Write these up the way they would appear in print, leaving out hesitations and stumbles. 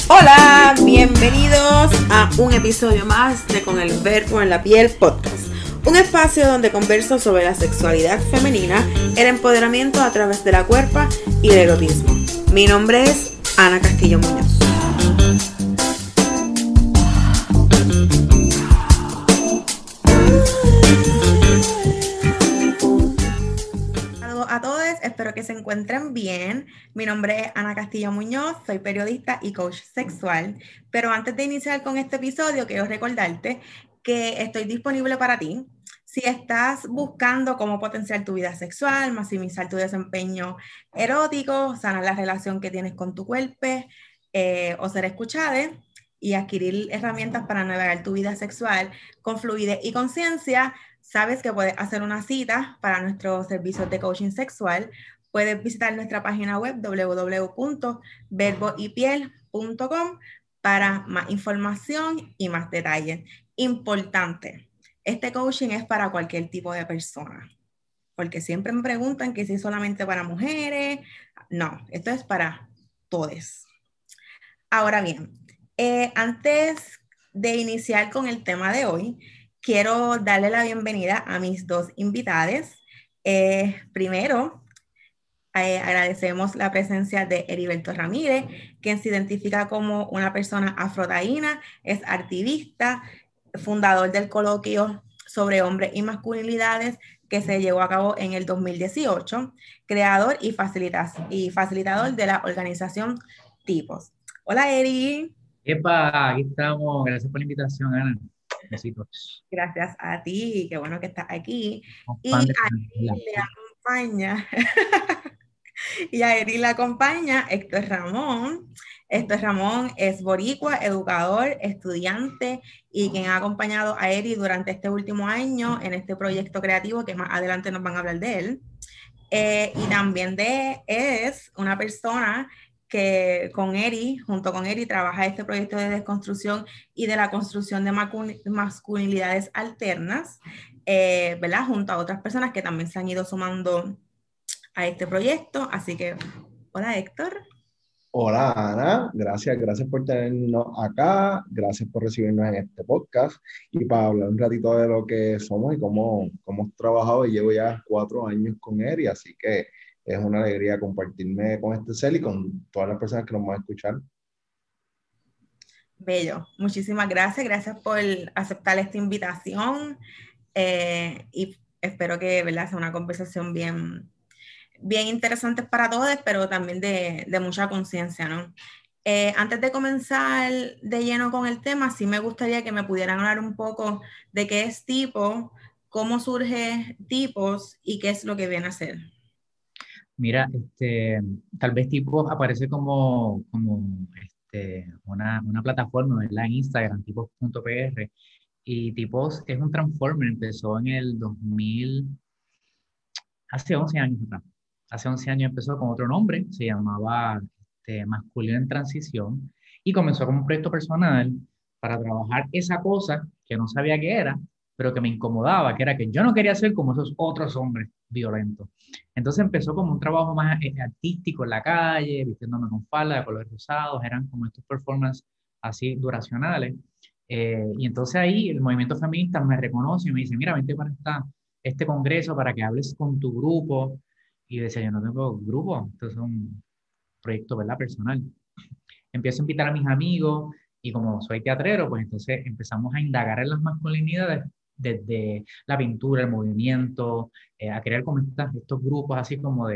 Hola, bienvenidos a un episodio más de Con el Verbo en la Piel podcast. Un espacio donde converso sobre la sexualidad femenina, el empoderamiento a través de la cuerpa y el erotismo. Mi nombre es Ana Castillo Muñoz. A todos, espero que se encuentren bien. Mi nombre es Ana Castillo Muñoz, soy periodista y coach sexual. Pero antes de iniciar con este episodio, quiero recordarte que estoy disponible para ti. Si estás buscando cómo potenciar tu vida sexual, maximizar tu desempeño erótico, sanar la relación que tienes con tu cuerpo o ser escuchada y adquirir herramientas para navegar tu vida sexual con fluidez y conciencia, sabes que puedes hacer una cita para nuestros servicios de coaching sexual. Puedes visitar nuestra página web www.verboypiel.com para más información y más detalles. Importante, este coaching es para cualquier tipo de persona, porque siempre me preguntan que si es solamente para mujeres. No, esto es para todos. Ahora bien, antes de iniciar con el tema de hoy, quiero darle la bienvenida a mis dos invitadas. Primero, agradecemos la presencia de Heriberto Ramírez, quien se identifica como una persona afrotaína, es activista, fundador del coloquio sobre hombres y masculinidades que se llevó a cabo en el 2018, creador y facilitador de la organización Tipos. Hola, Eri. Epa, aquí estamos. Gracias por la invitación, Ana. Besitos. Gracias a ti, qué bueno que estás aquí. Somos Y fan de a la Eri le acompaña, y a Eri le acompaña Héctor Ramón. Héctor Ramón es boricua, educador, estudiante y quien ha acompañado a Eri durante este último año en este proyecto creativo que más adelante nos van a hablar de él. Y también es una persona que junto con Eri, trabaja este proyecto de desconstrucción y de la construcción de masculinidades alternas, ¿verdad? Junto a otras personas que también se han ido sumando a este proyecto. Así que, hola Héctor. Hola Ana, gracias por tenernos acá, gracias por recibirnos en este podcast y para hablar un ratito de lo que somos y cómo hemos trabajado. Y llevo ya 4 años con Eri, así que es una alegría compartirme con este ser y con todas las personas que nos van a escuchar. Bello, muchísimas gracias, gracias por aceptar esta invitación y espero que, ¿verdad?, sea una conversación bien interesante para todos, pero también de mucha conciencia, ¿no? Antes de comenzar de lleno con el tema, sí me gustaría que me pudieran hablar un poco de qué es tipo, cómo surge tipos y qué es lo que viene a ser. Mira, tal vez Tipos aparece como una plataforma, ¿verdad? En Instagram, tipos.pr. Y Tipos es un transformer, empezó en el 2000, hace 11 años atrás. Hace 11 años empezó con otro nombre, se llamaba Masculino en Transición, y comenzó como un proyecto personal para trabajar esa cosa que no sabía qué era, pero que me incomodaba, que era que yo no quería ser como esos otros hombres violentos. Entonces empezó como un trabajo más artístico en la calle, vistiéndome con falda de colores rosados, eran como estos performances así duracionales. Y entonces ahí el movimiento feminista me reconoce y me dice, mira, vente para este congreso para que hables con tu grupo. Y yo decía, yo no tengo grupo, esto es un proyecto, ¿verdad? Personal. Empiezo a invitar a mis amigos y como soy teatrero, pues entonces empezamos a indagar en las masculinidades desde la pintura, el movimiento, a crear como estos grupos así como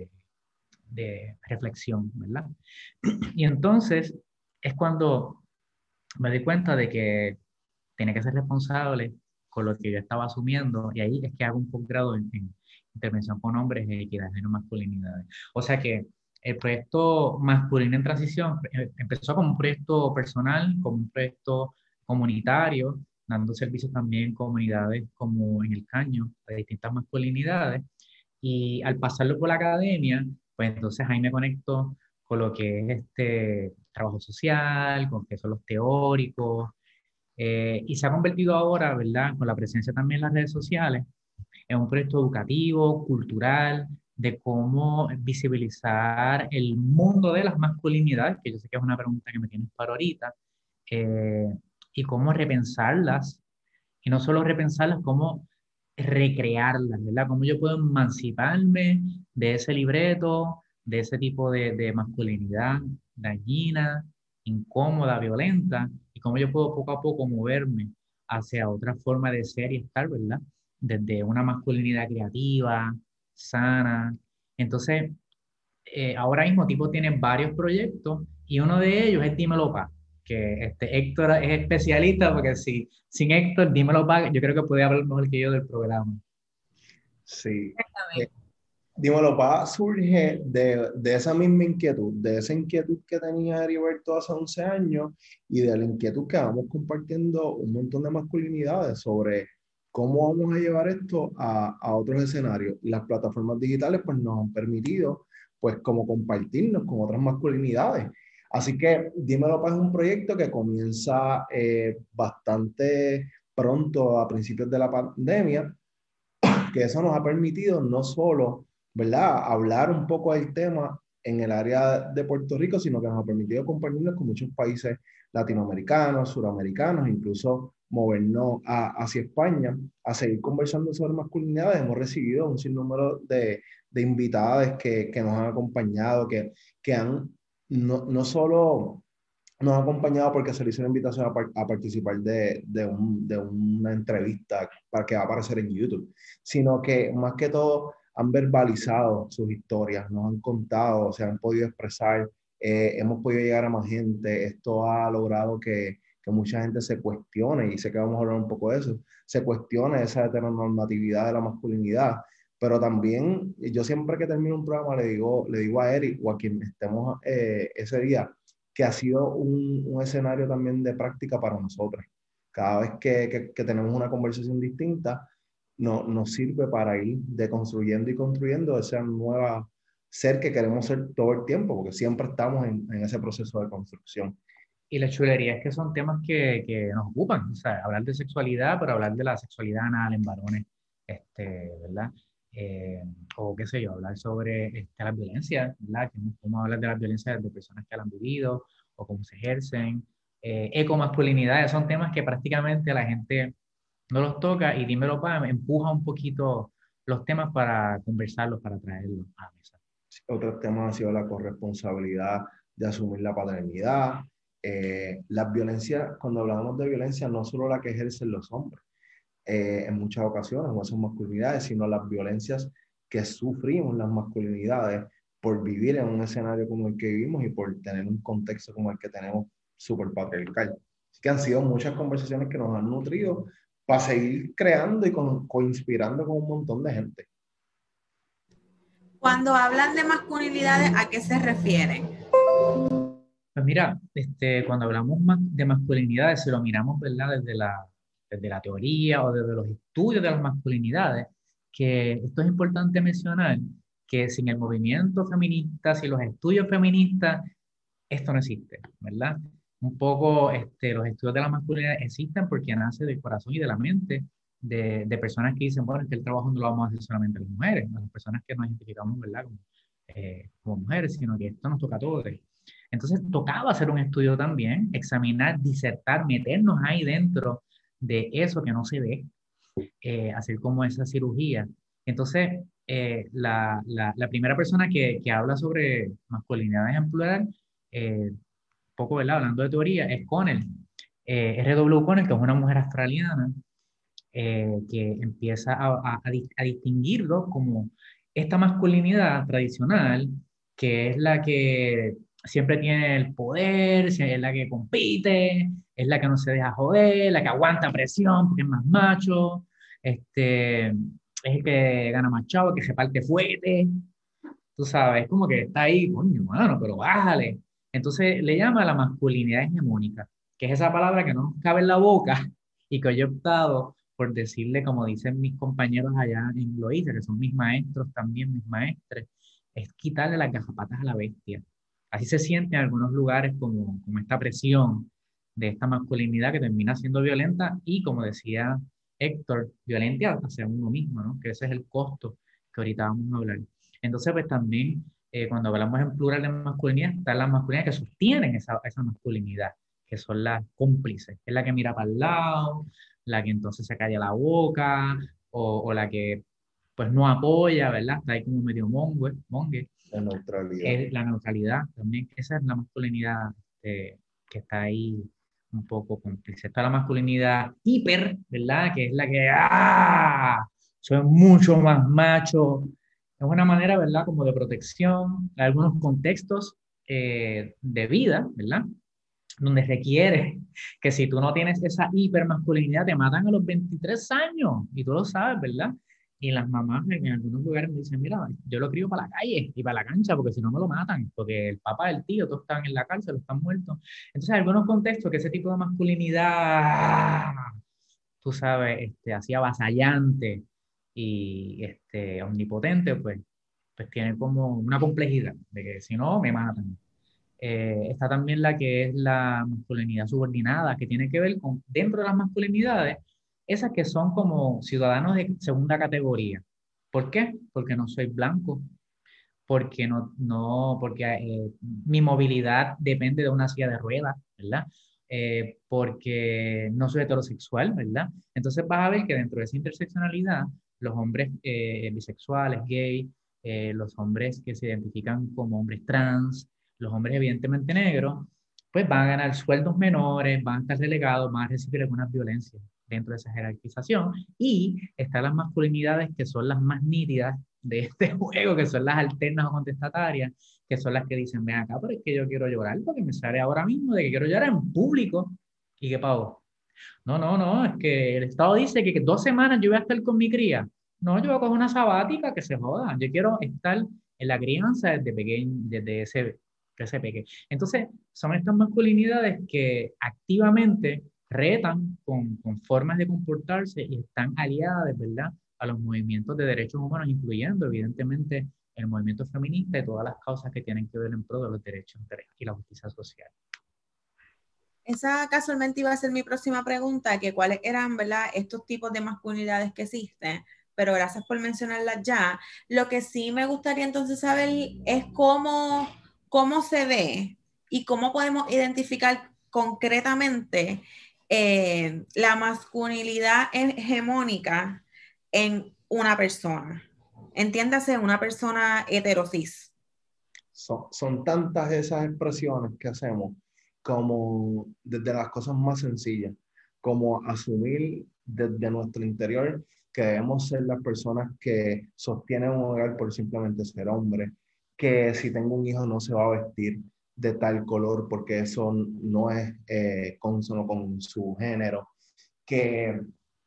de reflexión, ¿verdad? Y entonces es cuando me di cuenta de que tenía que ser responsable con lo que yo estaba asumiendo, y ahí es que hago un posgrado en intervención con hombres e equidad de género masculinidades. O sea que el proyecto Masculino en Transición empezó como un proyecto personal, como un proyecto comunitario, dando servicios también en comunidades como en el Caño, de distintas masculinidades, y al pasarlo por la academia, pues entonces ahí me conecto con lo que es este trabajo social, con qué son los teóricos, y se ha convertido ahora, ¿verdad?, con la presencia también en las redes sociales, en un proyecto educativo, cultural, de cómo visibilizar el mundo de las masculinidades, que yo sé que es una pregunta que me tienes para ahorita, eh, y cómo repensarlas, y no solo repensarlas, cómo recrearlas, ¿verdad? Cómo yo puedo emanciparme de ese libreto, de ese tipo de masculinidad dañina, incómoda, violenta, y cómo yo puedo poco a poco moverme hacia otra forma de ser y estar, ¿verdad? Desde una masculinidad creativa, sana. Entonces, ahora mismo Tipo tiene varios proyectos y uno de ellos es Dímelo Pa, que Héctor es especialista porque si, sin Héctor, Dímelo Pa, yo creo que puede hablar mejor que yo del programa. Sí. Eh, Exactamente. Dímelo, Pa surge de esa misma inquietud, de esa inquietud que tenía Heriberto hace 11 años y de la inquietud que vamos compartiendo un montón de masculinidades sobre cómo vamos a llevar esto a otros escenarios. Y las plataformas digitales pues nos han permitido pues como compartirnos con otras masculinidades. Así que Dímelo, Pa es un proyecto que comienza bastante pronto a principios de la pandemia, que eso nos ha permitido no solo, ¿verdad?, hablar un poco del tema en el área de Puerto Rico, sino que nos ha permitido compartirnos con muchos países latinoamericanos, suramericanos, incluso movernos hacia España a seguir conversando sobre masculinidades. Hemos recibido un sinnúmero de invitadas que nos han acompañado, que han no solo nos ha acompañado porque se le hizo una invitación a participar de una entrevista para que va a aparecer en YouTube, sino que más que todo han verbalizado sus historias, nos han contado, se han podido expresar, hemos podido llegar a más gente. Esto ha logrado que mucha gente se cuestione, y sé que vamos a hablar un poco de eso, se cuestione esa heteronormatividad de la masculinidad. Pero también yo siempre que termino un programa le digo a Eric o a quien estemos ese día, que ha sido un escenario también de práctica para nosotros. Cada vez que tenemos una conversación distinta, nos sirve para ir deconstruyendo y construyendo esa nueva ser que queremos ser todo el tiempo, porque siempre estamos en ese proceso de construcción. Y la chulería es que son temas que nos ocupan, o sea, hablar de sexualidad, pero hablar de la sexualidad anal en varones, ¿verdad? Eh, o qué sé yo, hablar sobre la violencia, ¿verdad? Cómo hablar de las violencias de personas que la han vivido o cómo se ejercen. Ecomasculinidades son temas que prácticamente la gente no los toca y Dímelo Pa empuja un poquito los temas para conversarlos, para traerlos a la mesa. Otros temas han sido la corresponsabilidad de asumir la paternidad, las violencias. Cuando hablamos de violencia, no solo la que ejercen los hombres, en muchas ocasiones, o esas masculinidades, sino las violencias que sufrimos las masculinidades por vivir en un escenario como el que vivimos y por tener un contexto como el que tenemos, súper patriarcal. Así que han sido muchas conversaciones que nos han nutrido para seguir creando y co-inspirando con un montón de gente. Cuando hablan de masculinidades, ¿a qué se refieren? Pues mira, cuando hablamos de masculinidades, si lo miramos, ¿verdad? Desde la teoría o desde los estudios de las masculinidades, que esto es importante mencionar, que sin el movimiento feminista, sin los estudios feministas, esto no existe, ¿verdad? Un poco los estudios de la masculinidad existen porque nace del corazón y de la mente de personas que dicen, bueno, es que el trabajo no lo vamos a hacer solamente las mujeres, las personas que nos identificamos, ¿verdad? Como mujeres, sino que esto nos toca a todos. Entonces tocaba hacer un estudio también, examinar, disertar, meternos ahí dentro de eso que no se ve, hacer como esa cirugía. Entonces, la primera persona que habla sobre masculinidades en plural, poco, ¿verdad? Hablando de teoría, es Connell, R.W. Connell, que es una mujer australiana, que empieza a distinguirlo como esta masculinidad tradicional, que es la que siempre tiene el poder, es la que compite, es la que no se deja joder, la que aguanta presión porque es más macho, es el que gana más chavo, que reparte fuerte, tú sabes, como que está ahí, coño, mano, pero bájale. Entonces le llama a la masculinidad hegemónica, que es esa palabra que no nos cabe en la boca y que yo he optado por decirle, como dicen mis compañeros allá en Loíza, que son mis maestros también, mis maestres, es quitarle las gafapatas a la bestia. Así se siente en algunos lugares como esta presión de esta masculinidad que termina siendo violenta y, como decía Héctor, violenta hacia uno mismo, ¿no? Que ese es el costo que ahorita vamos a hablar. Entonces, pues también, cuando hablamos en plural de masculinidad, están las masculinidades que sostienen esa masculinidad, que son las cómplices. Es la que mira para el lado, la que entonces se calla la boca, o la que pues no apoya, ¿verdad? Está ahí como medio mongue. La neutralidad. Es la neutralidad también, esa es la masculinidad que está ahí un poco cómplice. Está la masculinidad hiper, ¿verdad? Que es la que, soy mucho más macho. Es una manera, ¿verdad? Como de protección, en algunos contextos de vida, ¿verdad? Donde requiere que si tú no tienes esa hipermasculinidad, te matan a los 23 años, y tú lo sabes, ¿verdad? Y las mamás en algunos lugares me dicen, mira, yo lo crío para la calle y para la cancha, porque si no me lo matan, porque el papá, el tío, todos están en la cárcel, están muertos. Entonces, en algunos contextos que ese tipo de masculinidad, tú sabes, así avasallante y omnipotente, pues tiene como una complejidad de que si no, me matan. Está también la que es la masculinidad subordinada, que tiene que ver con, dentro de las masculinidades, esas que son como ciudadanos de segunda categoría. ¿Por qué? Porque no soy blanco, porque porque mi movilidad depende de una silla de ruedas, ¿verdad? Porque no soy heterosexual, ¿verdad? Entonces vas a ver que dentro de esa interseccionalidad, los hombres bisexuales, gay, los hombres que se identifican como hombres trans, los hombres evidentemente negros, pues van a ganar sueldos menores, van a estar relegados, van a recibir algunas violencias dentro de esa jerarquización. Y están las masculinidades que son las más nítidas de este juego, que son las alternas o contestatarias, que son las que dicen, ven acá, pero es que yo quiero llorar porque me sale ahora mismo de que quiero llorar en público. ¿Y qué pago? No, no, no, es que el Estado dice que 2 semanas yo voy a estar con mi cría. No, yo voy a coger una sabática, que se joda. Yo quiero estar en la crianza desde pequeño, desde ese pequeño. Entonces, son estas masculinidades que activamente retan con formas de comportarse y están aliadas, ¿verdad?, a los movimientos de derechos humanos, incluyendo, evidentemente, el movimiento feminista y todas las causas que tienen que ver en pro de los derechos y la justicia social. Esa casualmente iba a ser mi próxima pregunta, que cuáles eran, ¿verdad?, estos tipos de masculinidades que existen, pero gracias por mencionarlas ya. Lo que sí me gustaría entonces saber es cómo se ve y cómo podemos identificar concretamente la masculinidad hegemónica en una persona. Entiéndase, una persona heterosis. Son tantas esas expresiones que hacemos, como desde las cosas más sencillas, como asumir desde nuestro interior que debemos ser las personas que sostienen un hogar por simplemente ser hombre, que si tengo un hijo no se va a vestir de tal color porque eso no es consono con su género, que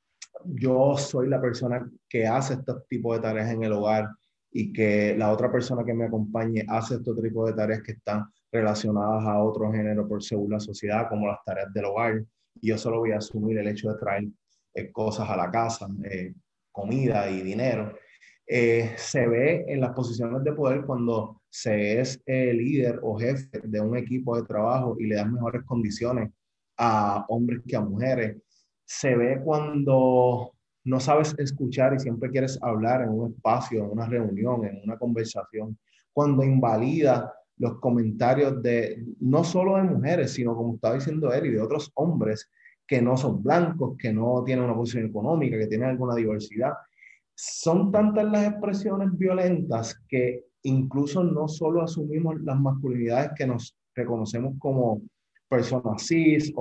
yo soy la persona que hace este tipo de tareas en el hogar y que la otra persona que me acompañe hace este tipo de tareas que están relacionadas a otro género por según la sociedad, como las tareas del hogar. Y yo solo voy a asumir el hecho de traer cosas a la casa, comida y dinero. Se ve en las posiciones de poder cuando se es líder o jefe de un equipo de trabajo y le das mejores condiciones a hombres que a mujeres. Se ve cuando no sabes escuchar y siempre quieres hablar en un espacio, en una reunión, en una conversación, cuando invalida los comentarios de no solo de mujeres, sino como estaba diciendo él, y de otros hombres que no son blancos, que no tienen una posición económica, que tienen alguna diversidad. Son tantas las expresiones violentas que incluso no solo asumimos las masculinidades que nos reconocemos como personas cis,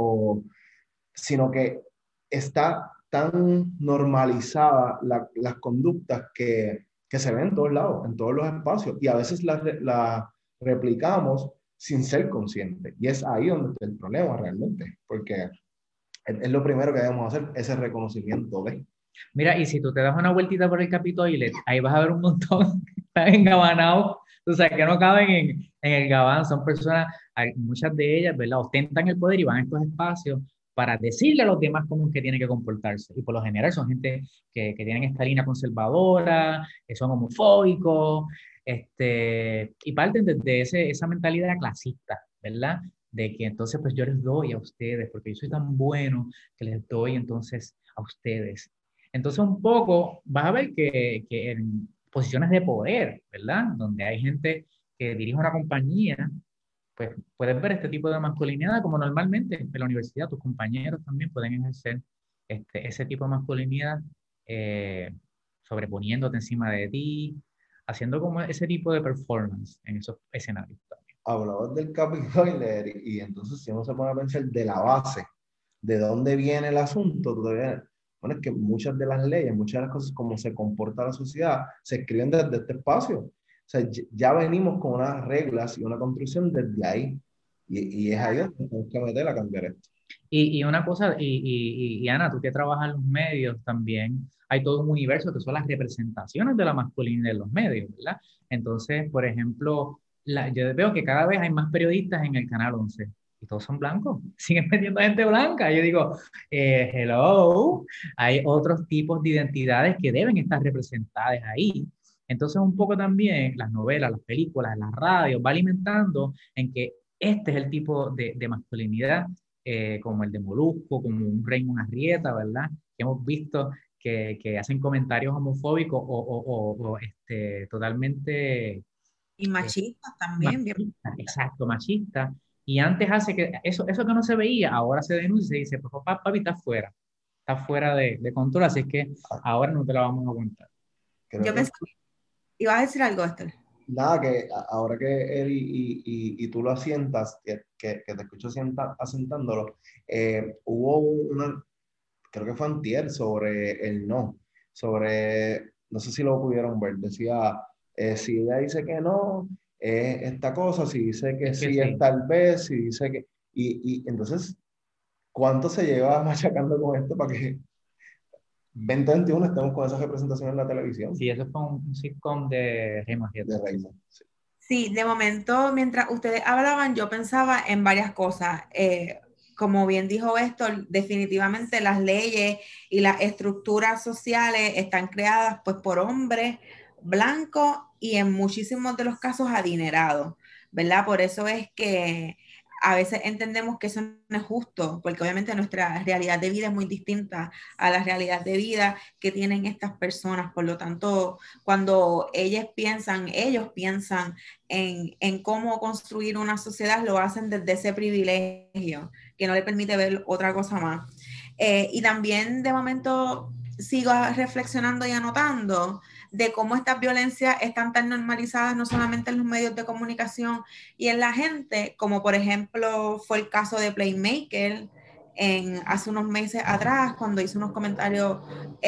sino que está tan normalizada las conductas que se ven en todos lados, en todos los espacios, y a veces las replicamos sin ser conscientes. Y es ahí donde está el problema realmente, porque es lo primero que debemos hacer, ese reconocimiento de. Mira, y si tú te das una vueltita por el Capitolio, ahí vas a ver un montón que están engabanados, o sea, que no caben en el gabán, son personas, muchas de ellas, ¿verdad?, ostentan el poder y van a estos espacios para decirle a los demás cómo es que tienen que comportarse. Y por lo general son gente que tienen esta línea conservadora, que son homofóbicos, y parten desde esa mentalidad clasista, ¿verdad? De que entonces pues yo les doy a ustedes, porque yo soy tan bueno que les doy entonces a ustedes. Entonces un poco vas a ver que posiciones de poder, ¿verdad? Donde hay gente que dirige una compañía, pues puedes ver este tipo de masculinidad como normalmente en la universidad, tus compañeros también pueden ejercer ese tipo de masculinidad, eh, sobreponiéndote encima de ti, haciendo como ese tipo de performance en esos escenarios también. Hablabas del Capitolio y entonces si uno se pone a pensar de la base, de dónde viene el asunto, todavía, bueno, es que muchas de las leyes, muchas de las cosas como se comporta la sociedad, se escriben desde este espacio. O sea, ya venimos con unas reglas y una construcción desde ahí. Y es ahí donde tenemos que meter a cambiar esto. Y una cosa, y Ana, tú que trabajas en los medios también, hay todo un universo que son las representaciones de la masculinidad en los medios, ¿verdad? Entonces, por ejemplo, yo veo que cada vez hay más periodistas en el Canal 11 y todos son blancos, siguen metiendo gente blanca. Yo digo, hello, hay otros tipos de identidades que deben estar representadas ahí. Entonces, un poco también las novelas, las películas, las radios, va alimentando en que este es el tipo de masculinidad, como el de Molusco, como un Raymond Arrieta, ¿verdad? Que hemos visto que hacen comentarios homofóbicos totalmente Y machistas también, bien. machistas, exacto, machistas. Y antes hace que eso que no se veía, ahora se denuncia y se dice, pues papá, papi, está fuera de control, así es que ahora no te la vamos a aguantar. Creo Yo que pensaba, ibas a decir algo, Esther. nada, que ahora que él y tú lo asientas, que te escucho asentándolo, hubo una, creo que fue antier, sobre el no, no sé si lo pudieron ver, decía, si ella dice que no, es esta cosa, si dice que Es que sí, es sí. tal vez, si dice que, y entonces, ¿cuánto se lleva machacando con esto para que 2021 estemos con esa representación en la televisión Sí, eso fue un sitcom de Raymond Arrieta. de Reina? Sí. Sí, de momento, mientras ustedes hablaban, yo pensaba en varias cosas. Como bien dijo Héctor, definitivamente las leyes y las estructuras sociales están creadas pues por hombres blancos y en muchísimos de los casos adinerados, ¿verdad? Por eso es que a veces entendemos que eso no es justo, porque obviamente nuestra realidad de vida es muy distinta a la realidad de vida que tienen estas personas. Por lo tanto, cuando ellos piensan en cómo construir una sociedad, lo hacen desde ese privilegio que no le permite ver otra cosa más. Y también de momento sigo reflexionando y anotando de cómo estas violencias están tan normalizadas no solamente en los medios de comunicación y en la gente, como por ejemplo fue el caso de Playmaker hace unos meses atrás, cuando hizo unos comentarios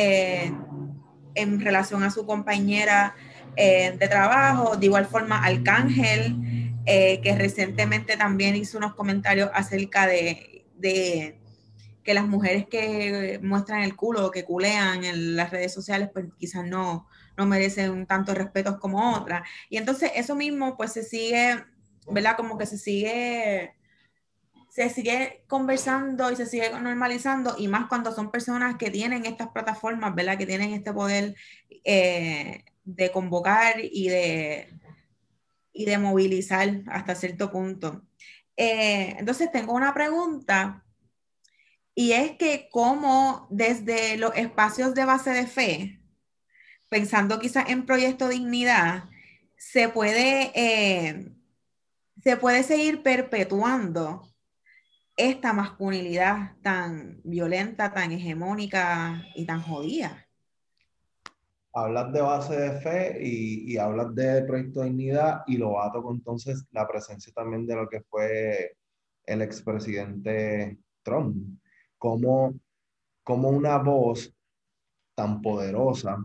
en relación a su compañera de trabajo. De igual forma, Arcángel, que recientemente también hizo unos comentarios acerca de que las mujeres que muestran el culo o que culean en las redes sociales, pues quizás no merecen tanto respeto como otras. Y entonces eso mismo pues se sigue, ¿verdad? Como que se sigue conversando y se sigue normalizando, y más cuando son personas que tienen estas plataformas, ¿verdad? Que tienen este poder de convocar y de movilizar hasta cierto punto. Entonces tengo una pregunta, y es que cómo desde los espacios de base de fe, pensando quizás en Proyecto Dignidad, se puede, se puede seguir perpetuando esta masculinidad tan violenta, tan hegemónica y tan jodida. Hablas de base de fe y hablas de Proyecto Dignidad y lo ato con entonces la presencia también de lo que fue el expresidente Trump. Como, como una voz tan poderosa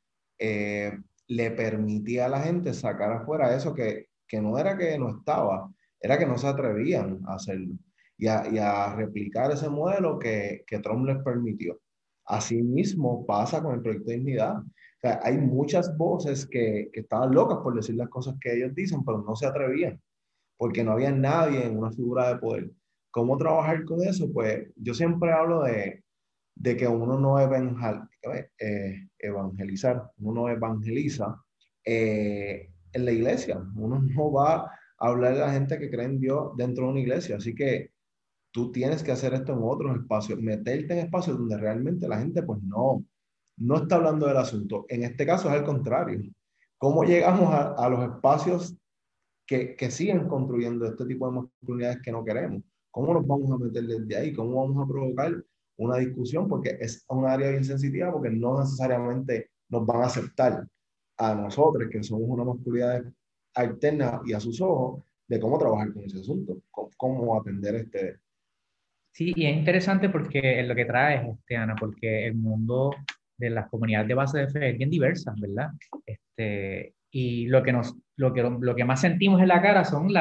le permitía a la gente sacar afuera eso que no era que no estaba, era que no se atrevían a hacerlo y a replicar ese modelo que Trump les permitió. Asimismo pasa con el Proyecto de Dignidad. O sea, hay muchas voces que estaban locas por decir las cosas que ellos dicen, pero no se atrevían, porque no había nadie en una figura de poder. ¿Cómo trabajar con eso? Pues yo siempre hablo de que uno no evangelizar, uno no evangeliza en la iglesia, uno no va a hablar a la gente que cree en Dios dentro de una iglesia, así que tú tienes que hacer esto en otros espacios, meterte en espacios donde realmente la gente pues no está hablando del asunto. En este caso es al contrario. ¿Cómo llegamos a los espacios que siguen construyendo este tipo de masculinidades que no queremos? ¿Cómo nos vamos a meter desde ahí? ¿Cómo vamos a provocar una discusión? Porque es un área bien sensitiva, porque no necesariamente nos van a aceptar a nosotros, que somos una masculinidad alterna y a sus ojos, de cómo trabajar con ese asunto, cómo atender este. Sí, y es interesante porque lo que traes, Ana, porque el mundo de las comunidades de base de fe es bien diversa, ¿verdad? Y lo que más sentimos en la cara son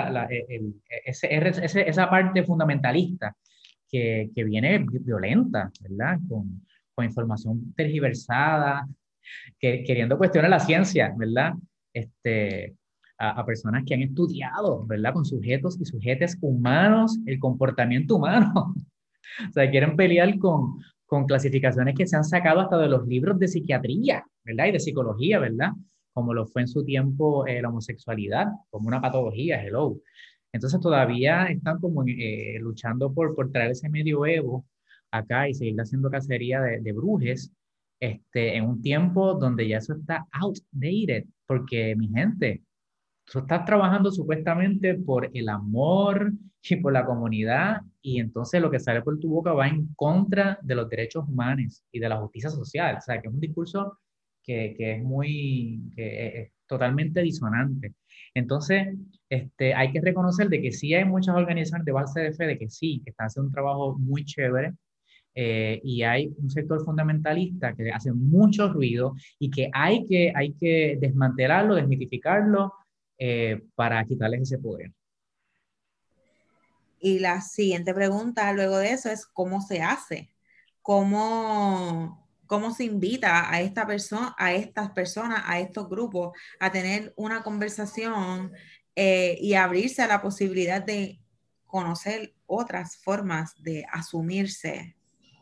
esa parte fundamentalista que viene violenta, ¿verdad? Con información tergiversada, queriendo cuestionar la ciencia, ¿verdad? A personas que han estudiado, ¿verdad? Con sujetos y sujetes humanos, el comportamiento humano. O sea, quieren pelear con clasificaciones que se han sacado hasta de los libros de psiquiatría, ¿verdad? Y de psicología, ¿verdad? Como lo fue en su tiempo la homosexualidad, como una patología, hello. Entonces todavía están como luchando por traer ese medioevo acá y seguir haciendo cacería de brujes, en un tiempo donde ya eso está outdated, porque mi gente, tú estás trabajando supuestamente por el amor y por la comunidad, y entonces lo que sale por tu boca va en contra de los derechos humanos y de la justicia social. O sea, que es un discurso que es que es totalmente disonante. Entonces, hay que reconocer de que sí hay muchas organizaciones de base de fe, de que sí, que están haciendo un trabajo muy chévere, y hay un sector fundamentalista que hace mucho ruido y que hay que desmantelarlo, desmitificarlo, para quitarles ese poder. Y la siguiente pregunta luego de eso es ¿cómo se hace? ¿Cómo se invita a esta persona, a estas personas, a estos grupos a tener una conversación y abrirse a la posibilidad de conocer otras formas de asumirse?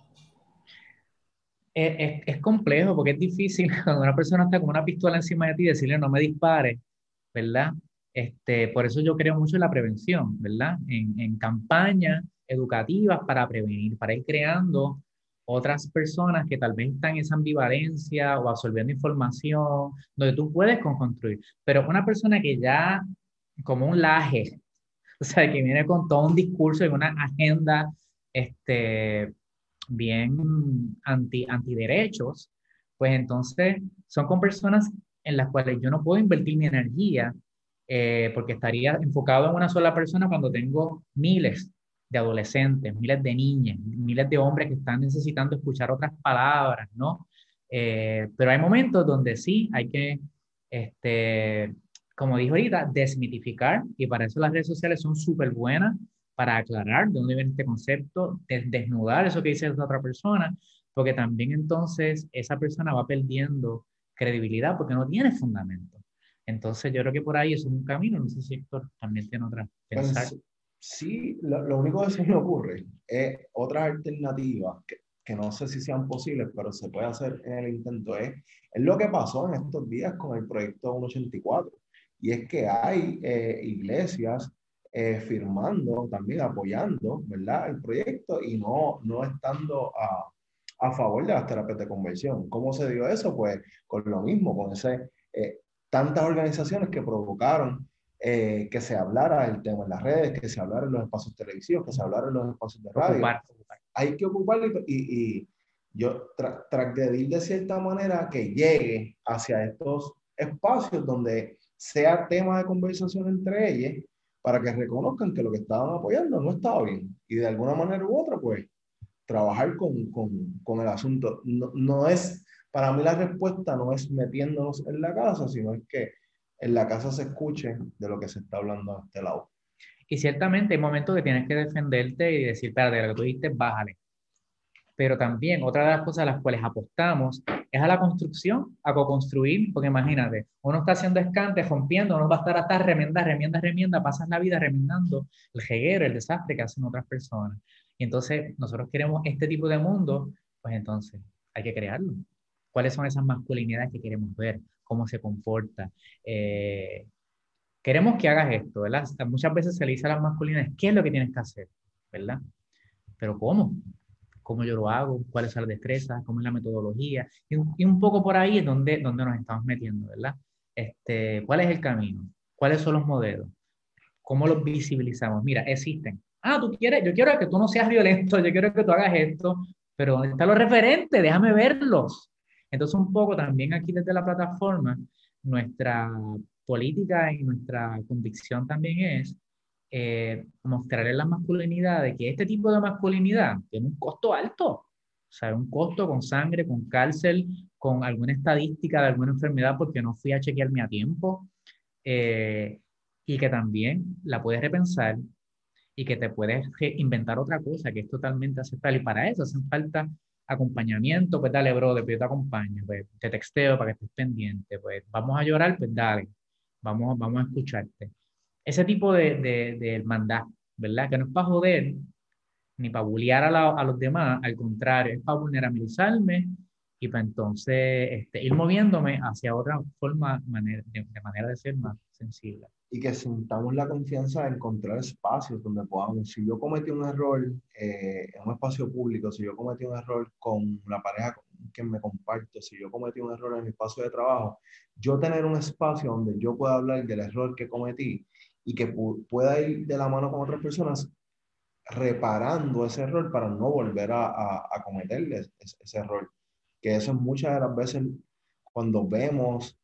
Es complejo porque es difícil cuando una persona está con una pistola encima de ti decirle no me dispare, ¿verdad? Por eso yo creo mucho en la prevención, ¿verdad? En campañas educativas para prevenir, para ir creando otras personas que tal vez están en esa ambivalencia o absorbiendo información, donde tú puedes construir. Pero una persona que ya, como un laje, o sea, que viene con todo un discurso y una agenda, bien antiderechos, pues entonces son con personas en las cuales yo no puedo invertir mi energía, porque estaría enfocado en una sola persona cuando tengo miles de adolescentes, miles de niñas, miles de hombres que están necesitando escuchar otras palabras, ¿no? Pero hay momentos donde sí hay que, como dijo ahorita, desmitificar, y para eso las redes sociales son súper buenas para aclarar de dónde viene este concepto, desnudar eso que dice la otra persona, porque también entonces esa persona va perdiendo credibilidad porque no tiene fundamento. Entonces yo creo que por ahí es un camino, no sé si Héctor también tiene otra pensar. Pues sí, lo único que se me ocurre es otras alternativas que no sé si sean posibles, pero se puede hacer en el intento. Es lo que pasó en estos días con el proyecto 184. Y es que hay iglesias firmando, también apoyando, ¿verdad? El proyecto y no estando a favor de las terapias de conversión. ¿Cómo se dio eso? Pues con lo mismo, con tantas organizaciones que provocaron que se hablara el tema en las redes, que se hablara en los espacios televisivos, que se hablara en los espacios de radio. Ocupar. Hay que ocuparlo y yo traté de ir de cierta manera que llegue hacia estos espacios donde sea tema de conversación entre ellas para que reconozcan que lo que estaban apoyando no estaba bien y de alguna manera u otra pues trabajar con el asunto. No es, para mí la respuesta no es metiéndonos en la casa, sino es que en la casa se escuche de lo que se está hablando a este lado. Y ciertamente hay momentos que tienes que defenderte y decir, espérate, lo que tú dijiste, bájale. Pero también otra de las cosas a las cuales apostamos es a la construcción, a co-construir, porque imagínate, uno está haciendo escantes, rompiendo, uno va a estar hasta remienda, pasas la vida remendando el jeguero, el desastre que hacen otras personas. Y entonces nosotros queremos este tipo de mundo, pues entonces hay que crearlo. ¿Cuáles son esas masculinidades que queremos ver? ¿Cómo se comporta? Queremos que hagas esto, ¿verdad? Muchas veces se le dice a las masculinidades, ¿qué es lo que tienes que hacer? ¿Verdad? Pero ¿cómo? ¿Cómo yo lo hago? ¿Cuáles son las destrezas? ¿Cómo es la metodología? Y un poco por ahí es donde nos estamos metiendo, ¿verdad? ¿Cuál es el camino? ¿Cuáles son los modelos? ¿Cómo los visibilizamos? Mira, existen. Tú quieres, yo quiero que tú no seas violento, yo quiero que tú hagas esto, pero ¿dónde están los referentes? Déjame verlos. Entonces, un poco también aquí desde la plataforma, nuestra política y nuestra convicción también es mostrarle la masculinidad de que este tipo de masculinidad tiene un costo alto, o sea, un costo con sangre, con cárcel, con alguna estadística de alguna enfermedad porque no fui a chequearme a tiempo, eh, y que también la puedes repensar y que te puedes inventar otra cosa que es totalmente aceptable. Y para eso hacen falta acompañamiento, pues dale, bro, pues yo te acompaño, pues te texteo para que estés pendiente, pues vamos a llorar, pues dale, vamos a escucharte. Ese tipo de hermandad, ¿verdad? Que no es para joder ni para bullear a los demás, al contrario, es para vulnerabilizarme y para entonces ir moviéndome hacia otra forma, de manera de ser más sensible. Y que sintamos la confianza de encontrar espacios donde podamos, si yo cometí un error en un espacio público, si yo cometí un error con la pareja con quien me comparto, si yo cometí un error en mi espacio de trabajo, yo tener un espacio donde yo pueda hablar del error que cometí y que pueda ir de la mano con otras personas reparando ese error para no volver a cometer ese error. Que eso es muchas de las veces cuando vemos,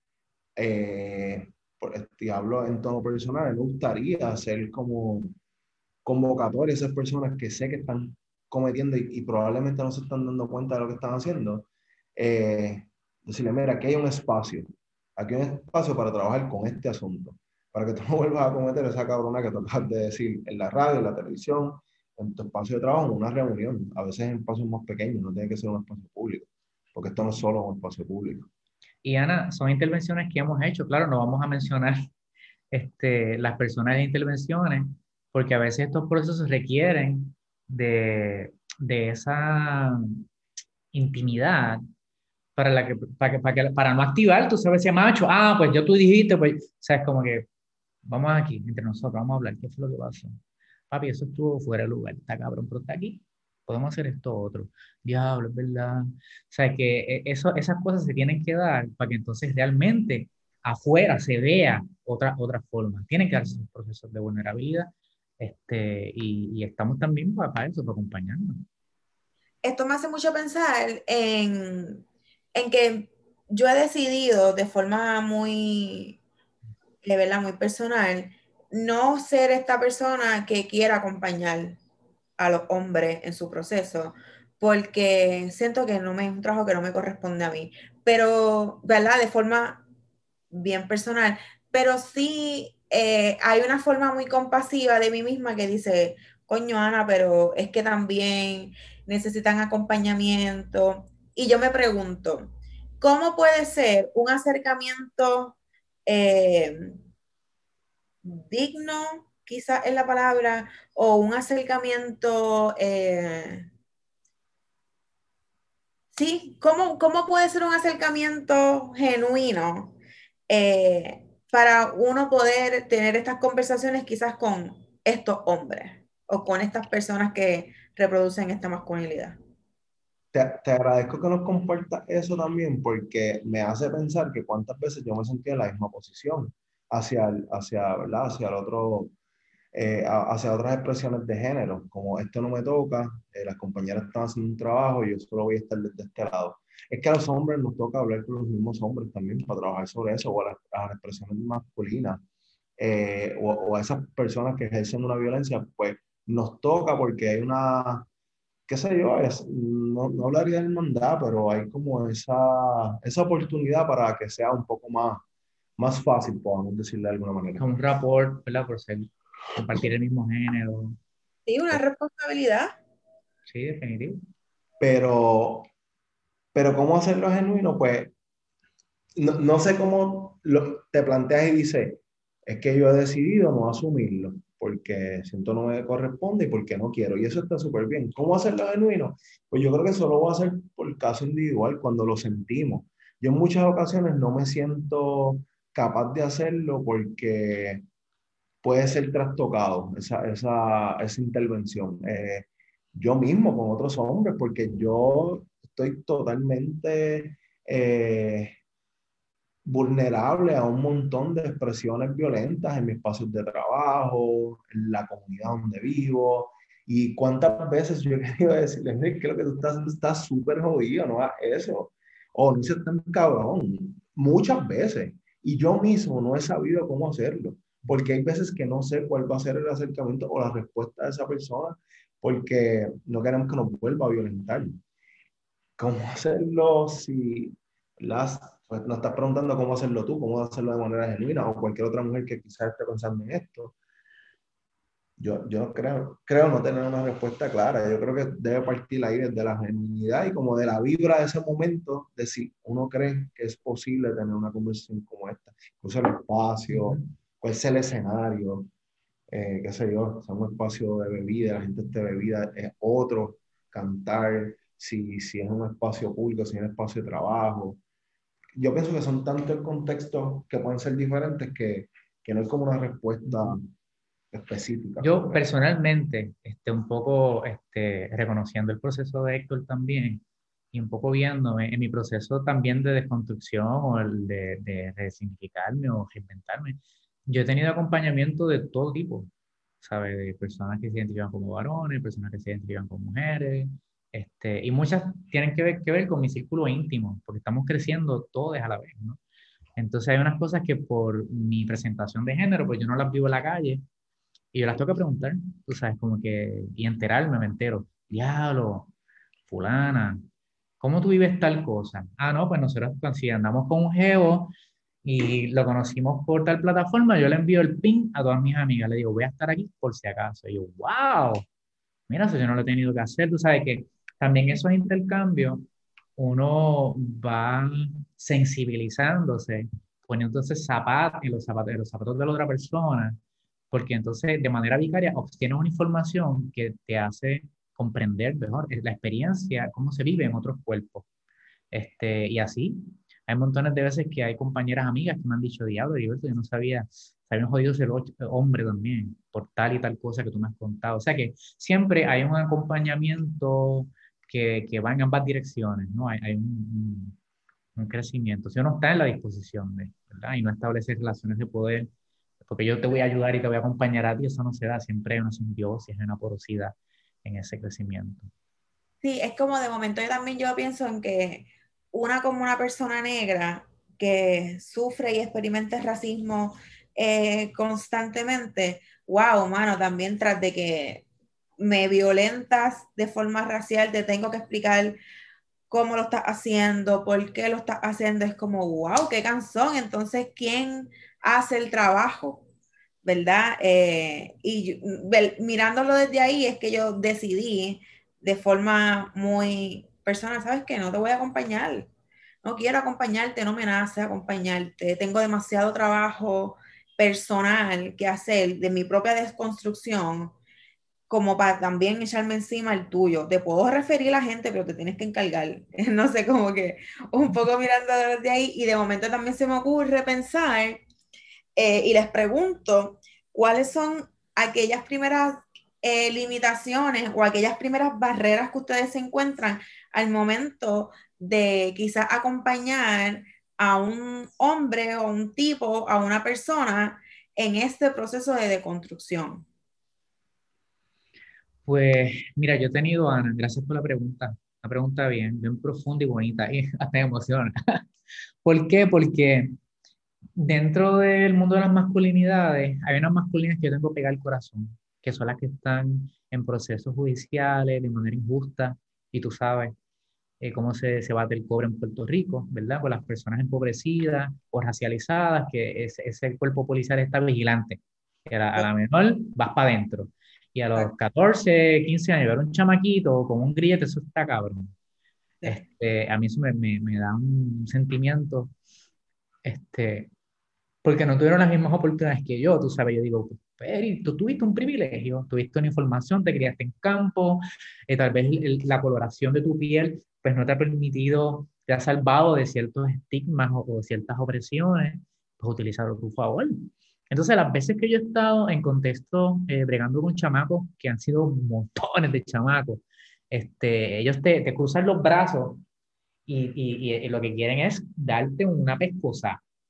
y hablo en tono personal, me gustaría hacer como convocatoria a esas personas que sé que están cometiendo y probablemente no se están dando cuenta de lo que están haciendo. Decirle, mira, aquí hay un espacio para trabajar con este asunto, para que tú no vuelvas a cometer esa cabrona que tú acabas de decir en la radio, en la televisión, en tu espacio de trabajo, en una reunión, a veces en espacios más pequeños, no tiene que ser un espacio público, porque esto no es solo un espacio público. Y Ana, son intervenciones que hemos hecho, claro, no vamos a mencionar las personas de intervenciones, porque a veces estos procesos requieren de esa intimidad para no activar, tú sabes, ese macho, pues ya tú dijiste, pues, o sea, es como que vamos aquí, entre nosotros, vamos a hablar, ¿qué fue lo que pasó? Papi, eso estuvo fuera de lugar, está cabrón, pero está aquí, podemos hacer esto otro. Diablo, es verdad. O sea, que esas cosas se tienen que dar para que entonces realmente afuera se vea otra forma. Tienen que darse esos procesos de vulnerabilidad, y estamos también para eso, para acompañarnos. Esto me hace mucho pensar en que yo he decidido de forma muy, de verdad, muy personal, no ser esta persona que quiera acompañar a los hombres en su proceso, porque siento que no me es un trabajo que no me corresponde a mí, pero, ¿verdad? De forma bien personal, pero sí hay una forma muy compasiva de mí misma que dice, coño Ana, pero es que también necesitan acompañamiento. Y yo me pregunto, ¿cómo puede ser un acercamiento eh, digno, quizás es la palabra, o un acercamiento, sí, ¿cómo puede ser un acercamiento genuino para uno poder tener estas conversaciones quizás con estos hombres o con estas personas que reproducen esta masculinidad? Te agradezco que nos compartas eso también porque me hace pensar que cuántas veces yo me sentí en la misma posición ¿verdad? Hacia el otro, hacia otras expresiones de género, como esto no me toca, las compañeras están haciendo un trabajo y yo solo voy a estar desde este lado. Es que a los hombres nos toca hablar con los mismos hombres también para trabajar sobre eso, o a las expresiones masculinas, o a esas personas que ejercen una violencia, pues nos toca porque hay una, qué sé yo, no hablaría de hermandad, pero hay como esa oportunidad para que sea un poco más fácil, podemos decirle de alguna manera. Un rapport, ¿verdad? Compartir el mismo género. Sí, una responsabilidad. Sí, definitivo. Pero, pero ¿cómo hacerlo genuino? Pues no sé cómo te planteas y dices, es que yo he decidido no asumirlo porque siento no me corresponde y porque no quiero. Y eso está súper bien. ¿Cómo hacerlo genuino? Pues yo creo que solo voy a hacer por caso individual cuando lo sentimos. Yo en muchas ocasiones no me siento capaz de hacerlo porque puede ser trastocado esa intervención. Yo mismo con otros hombres, porque yo estoy totalmente vulnerable a un montón de expresiones violentas en mis espacios de trabajo, en la comunidad donde vivo. Y cuántas veces yo he querido decirles, "Mira, que lo que tú estás haciendo está súper jodido, no hagas eso. O no seas tan cabrón". Muchas veces. Y yo mismo no he sabido cómo hacerlo. Porque hay veces que no sé cuál va a ser el acercamiento o la respuesta de esa persona, porque no queremos que nos vuelva a violentar. ¿Cómo hacerlo si pues, nos estás preguntando cómo hacerlo tú, cómo hacerlo de manera genuina o cualquier otra mujer que quizás esté pensando en esto? Yo creo no tener una respuesta clara. Yo creo que debe partir ahí desde la genuinidad y como de la vibra de ese momento, de si uno cree que es posible tener una conversación como esta. Incluso el espacio, cuál es el escenario, qué sé yo, sea un espacio de bebida, la gente esté bebida, es otro, cantar, si es un espacio público, si es un espacio de trabajo. Yo pienso que son tantos contextos que pueden ser diferentes que no hay como una respuesta específica Yo sobre eso. personalmente, un poco reconociendo el proceso de Héctor también y un poco viéndome en mi proceso también de desconstrucción o el de resignificarme o reinventarme, yo he tenido acompañamiento de todo tipo, ¿sabes? De personas que se identifican como varones, personas que se identifican como mujeres, y muchas tienen que ver con mi círculo íntimo, porque estamos creciendo todos a la vez, ¿no? Entonces hay unas cosas que por mi presentación de género, pues yo no las vivo en la calle y yo las tengo que preguntar, tú sabes, como que, y enterarme, me entero. Diablo, fulana, ¿cómo tú vives tal cosa? Ah, no, pues nosotros pues, si andamos con un geo y lo conocimos por tal plataforma, yo le envío el pin a todas mis amigas, le digo, voy a estar aquí por si acaso. Y yo, wow, mira, eso yo no lo he tenido que hacer, tú sabes que también esos intercambios, uno va sensibilizándose, poniendo entonces zapatos en los zapatos de la otra persona, porque entonces de manera vicaria obtienes una información que te hace comprender mejor la experiencia, cómo se vive en otros cuerpos. Y así, hay montones de veces que hay compañeras amigas que me han dicho, diablo, Heriberto, yo no sabía, sabía un jodido ser hombre también, por tal y tal cosa que tú me has contado. O sea que siempre hay un acompañamiento que va en ambas direcciones, ¿no? Hay un crecimiento. Si uno está en la disposición de, ¿verdad? Y no establecer relaciones de poder, porque yo te voy a ayudar y te voy a acompañar a ti, eso no se da, siempre hay una simbiosis, hay una porosidad en ese crecimiento. Sí, es como de momento yo pienso en que como una persona negra que sufre y experimenta el racismo constantemente, wow, mano, también tras de que me violentas de forma racial, te tengo que explicar cómo lo estás haciendo, por qué lo estás haciendo, es como, wow, qué cansón. Entonces, ¿quién hace el trabajo? ¿Verdad? Mirándolo desde ahí es que yo decidí de forma muy personal, ¿sabes qué? No te voy a acompañar, no quiero acompañarte, no me nace acompañarte, tengo demasiado trabajo personal que hacer de mi propia desconstrucción como para también echarme encima el tuyo. Te puedo referir a la gente, pero te tienes que encargar. No sé, como que un poco mirando desde ahí y de momento también se me ocurre pensar y les pregunto cuáles son aquellas primeras limitaciones o aquellas primeras barreras que ustedes se encuentran al momento de quizás acompañar a un hombre o un tipo, a una persona en este proceso de deconstrucción. Pues mira, yo he tenido, Ana, gracias por la pregunta, una pregunta bien profunda y bonita, y hasta me emociona. ¿Por qué? Porque dentro del mundo de las masculinidades hay unas masculinas que yo tengo pegado al corazón, que son las que están en procesos judiciales de manera injusta, y tú sabes cómo se bate el cobre en Puerto Rico, ¿verdad? Con las personas empobrecidas o racializadas, que ese cuerpo policial está vigilante, que a la menor vas para adentro. Y a los 14, 15 años, ver un chamaquito con un grillete, eso está cabrón. A mí eso me da un sentimiento, este, porque no tuvieron las mismas oportunidades que yo, tú sabes, yo digo, pues, Peri, tú tuviste un privilegio, tuviste una información, te criaste en campo, tal vez la coloración de tu piel, pues no te ha permitido, te ha salvado de ciertos estigmas o de ciertas opresiones, pues utilizarlo a tu favor. Entonces, las veces que yo he estado en contexto bregando con chamacos, que han sido montones de chamacos, ellos te cruzan los brazos y lo que quieren es darte una pescosa.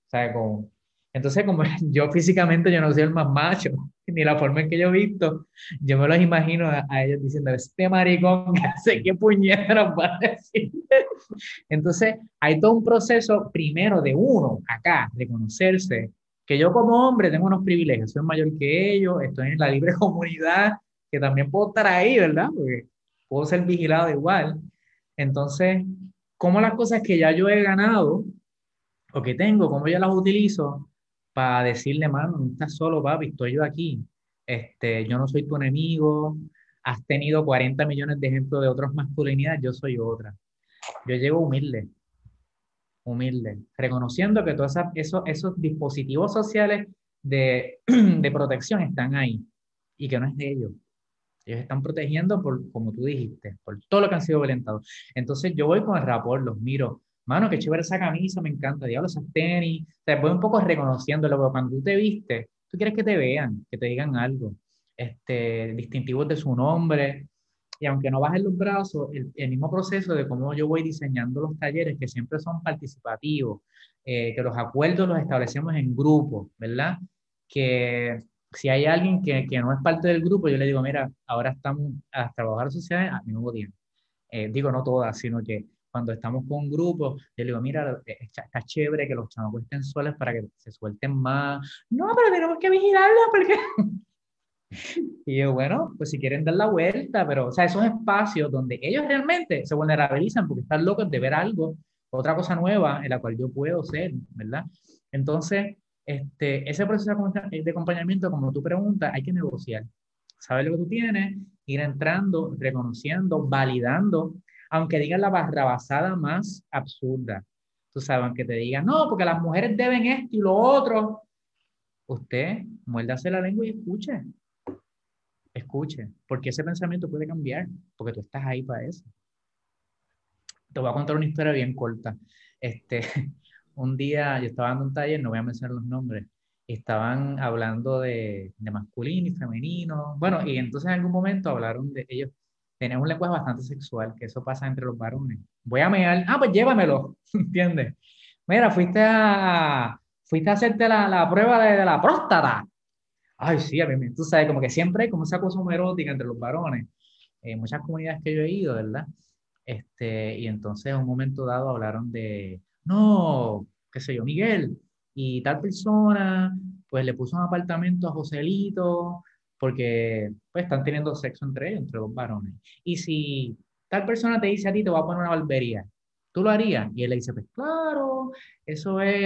sea, entonces como yo físicamente yo no soy el más macho, ni la forma en que yo he visto, yo me los imagino a ellos diciendo, este maricón que hace, qué puñera nos va a decir. Entonces, hay todo un proceso primero de uno acá, de conocerse, que yo como hombre tengo unos privilegios, soy mayor que ellos, estoy en la libre comunidad, que también puedo estar ahí, ¿verdad? Porque puedo ser vigilado igual. Entonces, ¿cómo las cosas que ya yo he ganado o que tengo, cómo yo las utilizo para decirle, mano, no estás solo, papi, estoy yo aquí. Yo no soy tu enemigo, has tenido 40 millones de ejemplos de otras masculinidades, yo soy otra. Yo llego humilde, humilde, reconociendo que todos esos dispositivos sociales de, de protección están ahí y que no es de ellos. Ellos están protegiendo por, como tú dijiste, por todo lo que han sido violentados. Entonces yo voy con el rapor, los miro. Mano, qué chévere esa camisa, me encanta. Diablo, esas tenis. O sea, voy un poco reconociéndolo, pero cuando tú te vistes, tú quieres que te vean, que te digan algo. Distintivos de su nombre. Y aunque no bajen los brazos, el mismo proceso de cómo yo voy diseñando los talleres, que siempre son participativos, que los acuerdos los establecemos en grupo, ¿verdad? Que si hay alguien que no es parte del grupo, yo le digo, mira, ahora estamos a trabajar sociales al mismo tiempo. Digo, no todas, sino que cuando estamos con un grupo, yo le digo, mira, está chévere que los chamacos estén soles para que se suelten más. No, pero tenemos que vigilarlos porque... Y yo, bueno, pues si quieren dar la vuelta, pero, o sea, esos espacios donde ellos realmente se vulnerabilizan porque están locos de ver algo, otra cosa nueva en la cual yo puedo ser, ¿verdad? Entonces, ese proceso de acompañamiento, como tú preguntas, hay que negociar. Saber lo que tú tienes, ir entrando, reconociendo, validando, aunque digan la barrabasada más absurda. Tú sabes, aunque te digan, no, porque las mujeres deben esto y lo otro, usted muérdase la lengua y escuche, porque ese pensamiento puede cambiar, porque tú estás ahí para eso. Te voy a contar una historia bien corta. Este, un día yo estaba dando un taller, no voy a mencionar los nombres, estaban hablando de masculino y femenino. Bueno, y entonces en algún momento hablaron de ellos, tenían un lenguaje bastante sexual, que eso pasa entre los varones. Voy a mear, pues llévamelo, ¿entiendes? Mira, fuiste a hacerte la prueba de la próstata. Ay, sí, tú sabes, como que siempre hay como esa cosa erótica entre los varones. En muchas comunidades que yo he ido, ¿verdad? Y entonces en un momento dado hablaron de, no, qué sé yo, Miguel, y tal persona, pues le puso un apartamento a Joselito, porque pues están teniendo sexo entre ellos, entre los varones. Y si tal persona te dice a ti, te voy a poner una barbería, ¿tú lo harías? Y él le dice, pues claro, eso es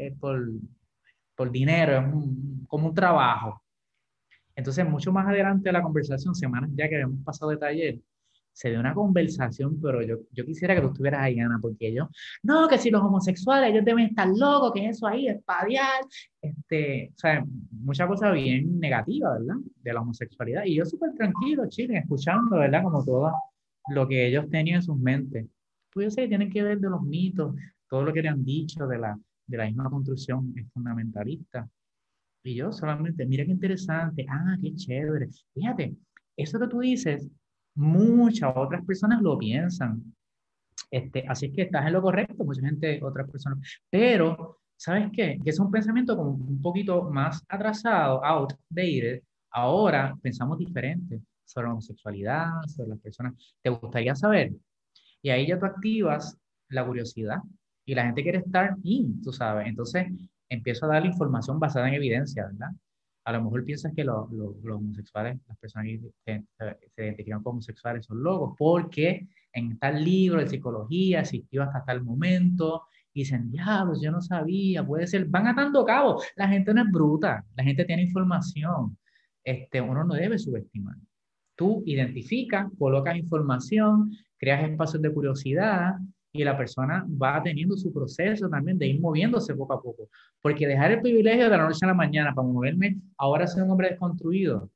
por dinero, es como un trabajo. Entonces, mucho más adelante de la conversación, semanas ya que habíamos pasado de taller, se dio una conversación, pero yo quisiera que tú estuvieras ahí, Ana, porque yo, no, que si los homosexuales, ellos deben estar locos, que eso ahí es padial, o sea, mucha cosa bien negativa, ¿verdad? De la homosexualidad. Y yo súper tranquilo, chile, escuchando, ¿verdad? Como todo lo que ellos tenían en sus mentes. Pues yo sé que tienen que ver de los mitos, todo lo que le han dicho de la misma construcción fundamentalista. Y yo solamente, mira qué interesante, qué chévere. Fíjate, eso que tú dices, muchas otras personas lo piensan. Así es que estás en lo correcto, mucha gente, otras personas. Pero, ¿sabes qué? Que es un pensamiento como un poquito más atrasado, outdated. Ahora pensamos diferente sobre la homosexualidad, sobre las personas. ¿Te gustaría saber? Y ahí ya tú activas la curiosidad y la gente quiere estar in, tú sabes. Entonces empiezo a darle información basada en evidencia, ¿verdad? A lo mejor piensas que los homosexuales, las personas que se identifican como homosexuales son locos, porque en tal libro de psicología existió hasta tal momento, y dicen, diablos, yo no sabía, puede ser, van atando cabos. La gente no es bruta, la gente tiene información. Uno no debe subestimar. Tú identificas, colocas información, creas espacios de curiosidad y la persona va teniendo su proceso también de ir moviéndose poco a poco. Porque dejar el privilegio de la noche a la mañana para moverme, ahora soy un hombre desconstruido,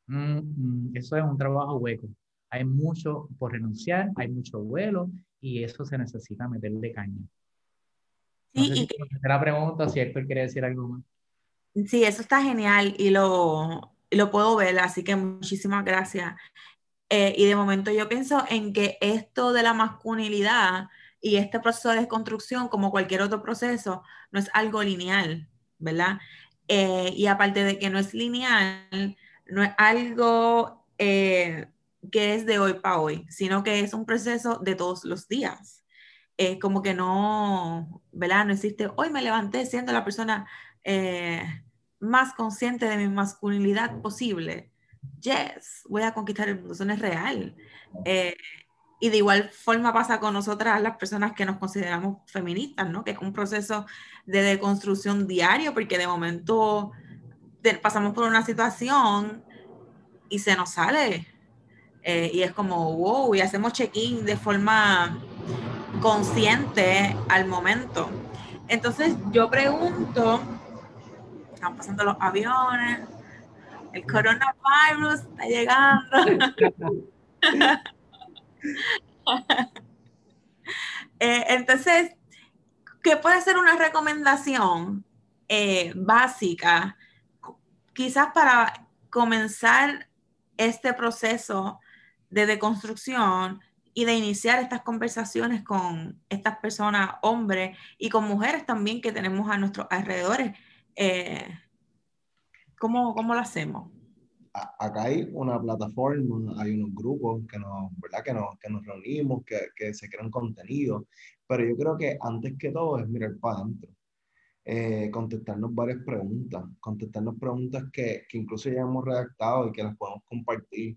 eso es un trabajo hueco. Hay mucho por renunciar, hay mucho vuelo y eso se necesita meterle caña. No Sí, sé si y contesté la pregunta, si Héctor quiere decir algo más. sí, eso está genial y lo puedo ver, así que muchísimas gracias. Y de momento yo pienso en que esto de la masculinidad Y este proceso de desconstrucción, como cualquier otro proceso, no es algo lineal, ¿verdad? Y aparte de que no es lineal, no es algo que es de hoy para hoy, sino que es un proceso de todos los días. Como que no, ¿verdad? No existe, hoy me levanté siendo la persona más consciente de mi masculinidad posible. Yes, voy a conquistar el mundo, eso no es real. Y de igual forma pasa con nosotras las personas que nos consideramos feministas, ¿no? Que es un proceso de deconstrucción diario, porque de momento pasamos por una situación y se nos sale. Y es como, wow, y hacemos check-in de forma consciente al momento. Entonces yo pregunto, están pasando los aviones, el coronavirus está llegando. Entonces, ¿qué puede ser una recomendación básica, quizás para comenzar este proceso de deconstrucción y de iniciar estas conversaciones con estas personas, hombres, y con mujeres también que tenemos a nuestros alrededores? ¿Cómo lo hacemos? Acá hay una plataforma, hay unos grupos ¿verdad? Que nos reunimos, que se crean contenido, pero yo creo que antes que todo es mirar para adentro, contestarnos preguntas que incluso ya hemos redactado y que las podemos compartir,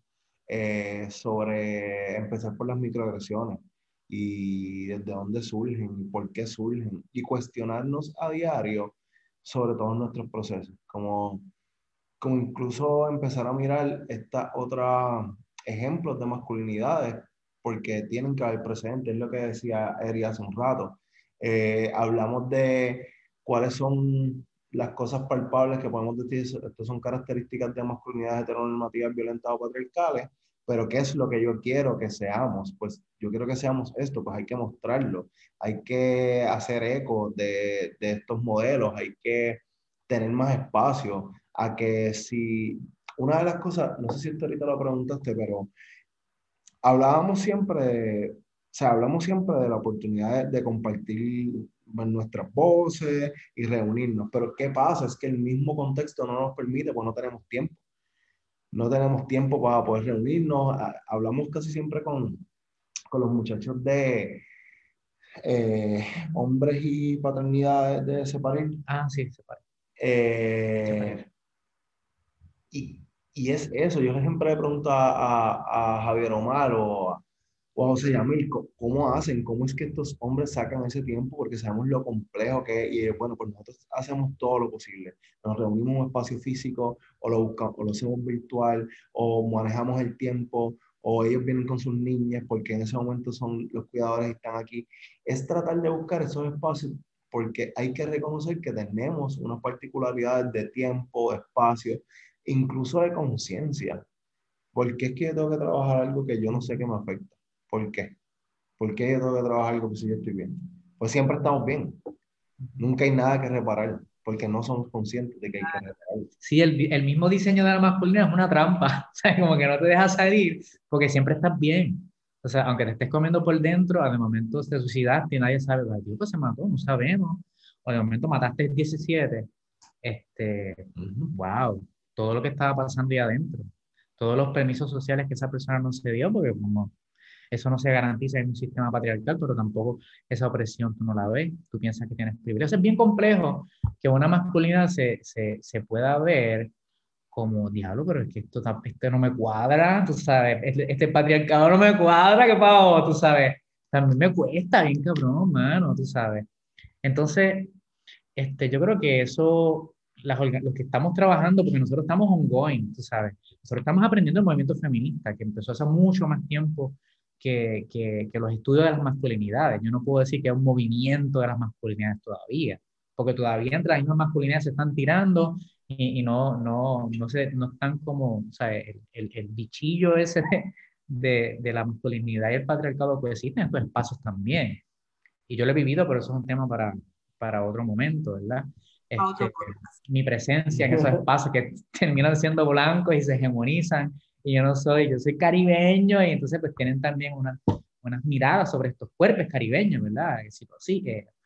sobre empezar por las microagresiones y desde dónde surgen y por qué surgen, y cuestionarnos a diario sobre todos nuestros procesos, como incluso empezar a mirar esta otra ejemplos de masculinidades, porque tienen que haber presentes, es lo que decía Eri hace un rato. Hablamos de cuáles son las cosas palpables que podemos decir, estas son características de masculinidades heteronormativas, violentas o patriarcales, pero ¿qué es lo que yo quiero que seamos? Pues yo quiero que seamos esto, pues hay que mostrarlo, hay que hacer eco de estos modelos, hay que tener más espacio, a que si una de las cosas, no sé si esto ahorita lo preguntaste, pero hablamos siempre de la oportunidad de compartir, pues, nuestras voces y reunirnos, pero ¿qué pasa? Es que el mismo contexto no nos permite, pues no tenemos tiempo. No tenemos tiempo para poder reunirnos. Hablamos casi siempre con los muchachos de hombres y paternidades de Separir. Ah, sí, se parece. Eh, Y, y es eso, yo siempre le pregunto a Javier Omar o a José Yamil, ¿cómo hacen? ¿Cómo es que estos hombres sacan ese tiempo? Porque sabemos lo complejo que es, y bueno, pues nosotros hacemos todo lo posible. Nos reunimos en un espacio físico, o lo buscamos, o lo hacemos virtual, o manejamos el tiempo, o ellos vienen con sus niñas, porque en ese momento son los cuidadores y están aquí. Es tratar de buscar esos espacios, porque hay que reconocer que tenemos unas particularidades de tiempo, de espacio, incluso de conciencia. ¿Por qué es que yo tengo que trabajar algo que yo no sé que me afecta? ¿Por qué? ¿Por qué yo tengo que trabajar algo que si yo estoy bien? Pues siempre estamos bien. Nunca hay nada que reparar, porque no somos conscientes de que hay que reparar. Sí, el mismo diseño de la masculina es una trampa, o sea, como que no te deja salir porque siempre estás bien. O sea, aunque te estés comiendo por dentro, de momento te suicidaste y nadie sabe, "Ay, el tipo se mató, no sabemos, o de momento mataste 17, wow, todo lo que estaba pasando ahí adentro, todos los permisos sociales que esa persona no se dio, porque como eso no se garantiza en un sistema patriarcal, pero tampoco esa opresión tú no la ves, tú piensas que tienes privilegio. Es bien complejo que una masculinidad se pueda ver como diablo, pero es que esto no me cuadra, tú sabes, este patriarcado no me cuadra, ¿qué pavo? Tú sabes, también me cuesta bien cabrón, mano, tú sabes. Entonces, yo creo que eso, los que estamos trabajando, porque nosotros estamos ongoing, tú sabes, nosotros estamos aprendiendo el movimiento feminista, que empezó hace mucho más tiempo que los estudios de las masculinidades. Yo no puedo decir que es un movimiento de las masculinidades todavía, porque todavía entre las mismas masculinidades se están tirando y no están como, o sea, el bichillo ese de la masculinidad y el patriarcado que existen en estos espacios también. Y yo lo he vivido, pero eso es un tema para otro momento, ¿verdad? A otro Este, podcast. mi presencia en esos espacios que terminan siendo blancos y se hegemonizan, y yo no soy, yo soy caribeño, y entonces pues tienen también unas miradas sobre estos cuerpos caribeños, ¿verdad? Sí,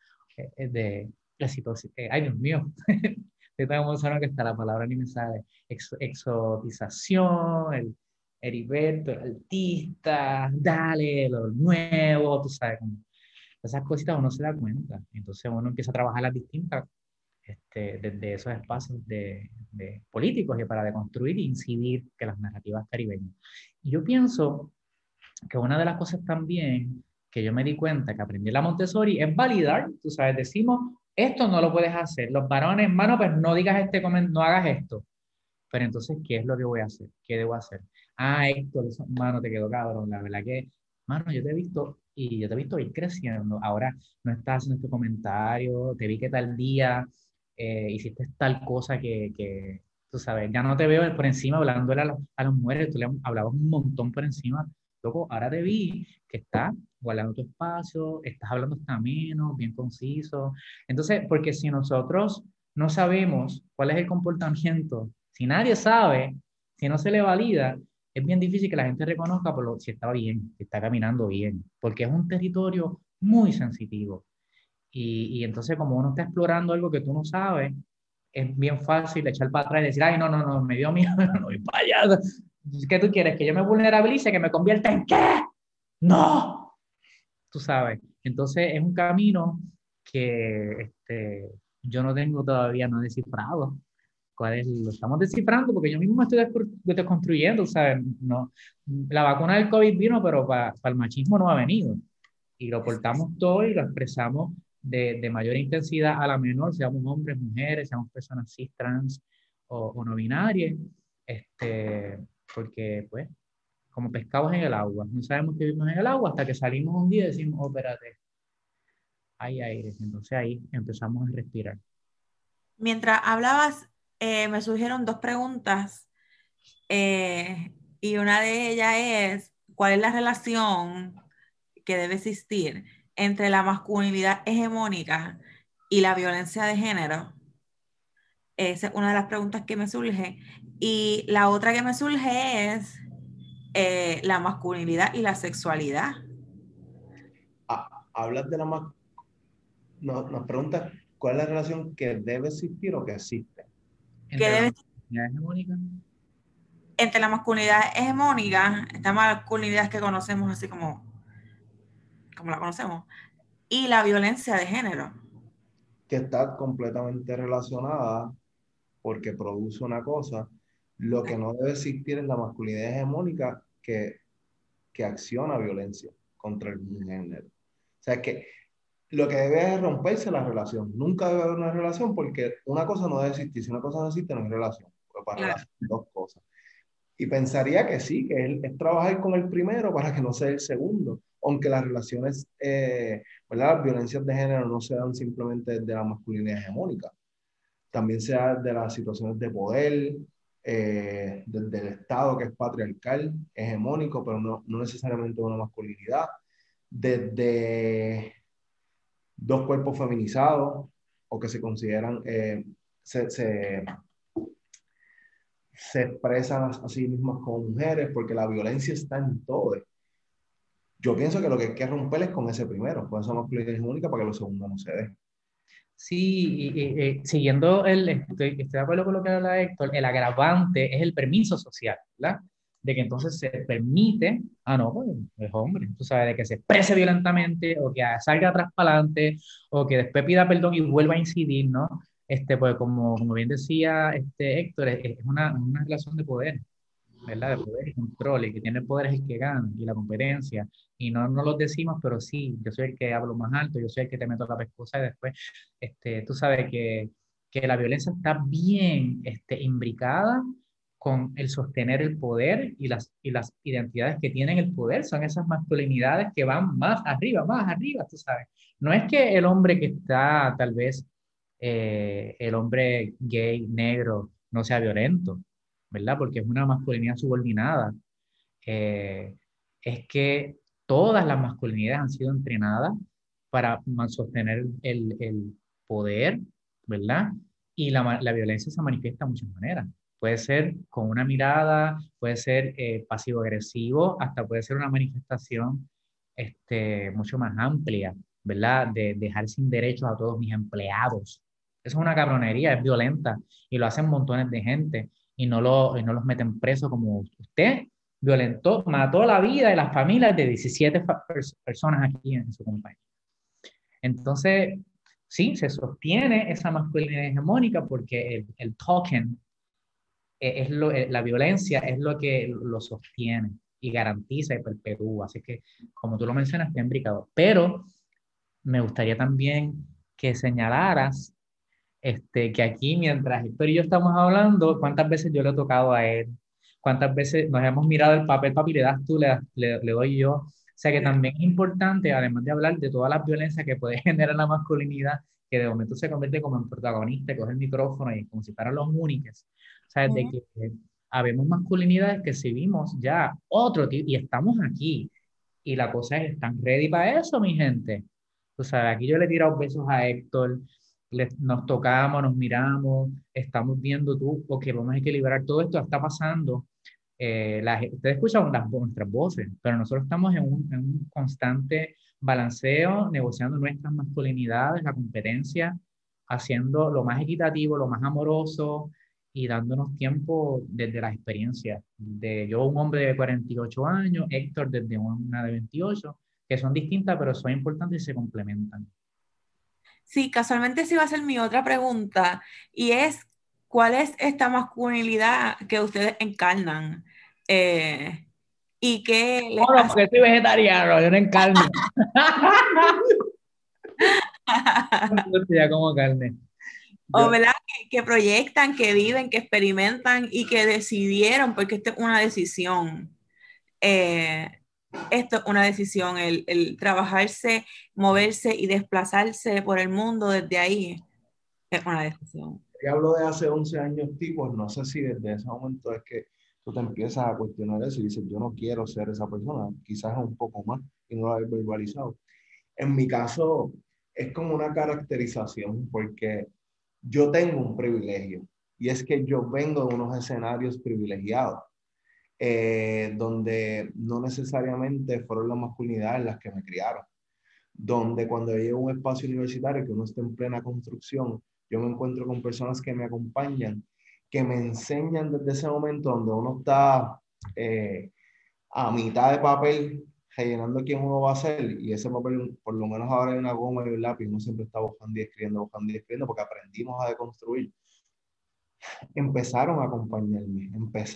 ay, Dios mío, estoy tan emocionado que hasta la palabra ni me sale. Exotización, el Heriberto, el artista, dale, lo nuevo, tú sabes, como esas cositas uno se da cuenta. Entonces uno empieza a trabajar las distintas desde esos espacios de políticos y para deconstruir e incidir que las narrativas caribeñas. Y yo pienso que una de las cosas también que yo me di cuenta que aprendí en la Montessori es validar, tú sabes, decimos, esto no lo puedes hacer, los varones, hermano, pues no digas no hagas esto. Pero entonces, ¿qué es lo que voy a hacer? ¿Qué debo hacer? Ah, Héctor, eso, mano, te quedó cabrón. La verdad que, mano, yo te he visto y yo te he visto ir creciendo. Ahora no estás haciendo este comentario, te vi que tal día hiciste tal cosa tú sabes, ya no te veo por encima hablándole a las mujeres, tú le hablabas un montón por encima. Loco, ahora te vi que estás guardando tu espacio, estás hablando hasta menos, bien conciso. Entonces, porque si nosotros no sabemos cuál es el comportamiento, si nadie sabe, si no se le valida, es bien difícil que la gente reconozca si está bien, si está caminando bien, porque es un territorio muy sensitivo. Y entonces como uno está explorando algo que tú no sabes, es bien fácil echar para atrás y decir, ay, no, no, no, me dio miedo, no voy para allá. ¿Qué tú quieres? ¿Que yo me vulnerabilice? ¿Que me convierta en qué? No, tú sabes. Entonces es un camino que yo no tengo todavía no descifrado. Lo estamos descifrando porque yo mismo me estoy desconstruyendo, ¿sabes? No, la vacuna del COVID vino, pero para el machismo no ha venido. Y lo portamos todo y lo expresamos de mayor intensidad a la menor, seamos hombres, mujeres, seamos personas cis, trans o no binarias, porque pues como pescados en el agua, no sabemos que vivimos en el agua hasta que salimos un día y decimos, oh, espérate, hay aire, entonces ahí empezamos a respirar. Mientras hablabas, me surgieron dos preguntas y una de ellas es, ¿cuál es la relación que debe existir entre la masculinidad hegemónica y la violencia de género? Esa es una de las preguntas que me surge. Y la otra que me surge es la masculinidad y la sexualidad. Hablas de nos preguntas cuál es la relación que debe existir o que existe. ¿Entre la masculinidad hegemónica? Entre la masculinidad hegemónica, esta masculinidad que conocemos así como la conocemos, y la violencia de género. Que está completamente relacionada porque produce una cosa. Lo que no debe existir es la masculinidad hegemónica que acciona violencia contra el género. O sea, que lo que debe es romperse la relación. Nunca debe haber una relación porque una cosa no debe existir. Si una cosa no existe, no es relación. Porque para Claro. relación dos cosas. Y pensaría que sí, que es trabajar con el primero para que no sea el segundo. Aunque las relaciones, ¿verdad? Las violencias de género no se dan simplemente de la masculinidad hegemónica. También se da de las situaciones de poder, desde el Estado que es patriarcal, hegemónico, pero no necesariamente una masculinidad. Desde dos cuerpos feminizados o que se consideran, se expresan a sí mismas como mujeres, porque la violencia está en todo. Yo pienso que lo que hay que romper es con ese primero, con esa masculinidad hegemónica para que lo segundo no se dé. Sí, siguiendo estoy de acuerdo con lo que habla Héctor, el agravante es el permiso social, ¿verdad? De que entonces se permite, no, pues es hombre, tú sabes, de que se exprese violentamente o que salga atrás para adelante o que después pida perdón y vuelva a incidir, ¿no? Pues como bien decía Héctor, es una relación de poder, ¿verdad? De poder y control, y que tiene el poder es el que gana, y la competencia, y no lo decimos, pero sí, yo soy el que hablo más alto, yo soy el que te meto la pescosa, y después, tú sabes que la violencia está bien imbricada con el sostener el poder y las identidades que tienen el poder, son esas masculinidades que van más arriba, tú sabes. No es que el hombre que está, tal vez, el hombre gay, negro, no sea violento, ¿verdad? Porque es una masculinidad subordinada. Eh, es que todas las masculinidades han sido entrenadas para sostener el poder, ¿verdad? Y la violencia se manifiesta de muchas maneras. Puede ser con una mirada, puede ser pasivo-agresivo, hasta puede ser una manifestación mucho más amplia, ¿verdad? De dejar sin derechos a todos mis empleados. Eso es una cabronería, es violenta y lo hacen montones de gente y no los meten presos como usted violentó, mató la vida de las familias de 17 personas aquí en su compañía. Entonces, sí, se sostiene esa masculinidad hegemónica porque el token la violencia es lo que lo sostiene y garantiza y perpetúa. Así que, como tú lo mencionas, bien brincado. Pero me gustaría también que señalaras que aquí, mientras Héctor y yo estamos hablando, cuántas veces yo le he tocado a él, cuántas veces nos hemos mirado el papel, papi, le das tú, le doy yo. O sea que también es importante, además de hablar de todas las violencias que puede generar la masculinidad, que de momento se convierte como en protagonista, coge el micrófono y como si fueran los únicos. O sea, de que habemos masculinidades que vimos ya otro tipo, y estamos aquí. Y la cosa es, ¿están ready para eso, mi gente? O sea, aquí yo le he tirado besos a Héctor, nos tocamos, nos miramos, estamos viendo tú, ok, vamos a equilibrar todo esto, está pasando. Ustedes escuchan nuestras voces, pero nosotros estamos en un constante balanceo, negociando nuestras masculinidades, la competencia, haciendo lo más equitativo, lo más amoroso y dándonos tiempo desde las experiencias. De yo, un hombre de 48 años, Héctor desde una de 28, que son distintas, pero son importantes y se complementan. Sí, casualmente sí va a ser mi otra pregunta, y es, ¿cuál es esta masculinidad que ustedes encarnan? ¿Y qué les No, hace? porque soy vegetariano, yo no en carne. Yo ya como carne. O, Yo, ¿verdad? Que proyectan, que viven, que experimentan y que decidieron, porque esto es una decisión. Eh, Esto es una decisión, el trabajarse, moverse y desplazarse por el mundo desde ahí es una decisión. yo hablo de hace 11 años, tipos, no sé si desde ese momento es que tú te empiezas a cuestionar eso y dices, yo no quiero ser esa persona, quizás es un poco más y no lo habéis verbalizado. En mi caso, es como una caracterización porque yo tengo un privilegio y es que yo vengo de unos escenarios privilegiados, donde no necesariamente fueron las masculinidades las que me criaron, donde cuando yo llego a un espacio universitario que uno está en plena construcción, yo me encuentro con personas que me acompañan, que me enseñan desde ese momento donde uno está eh, a mitad de papel, rellenando quién uno va a ser, y ese papel, por lo menos ahora hay una goma y un lápiz, uno siempre está buscando y escribiendo, porque aprendimos a deconstruir. Empezaron a acompañarme,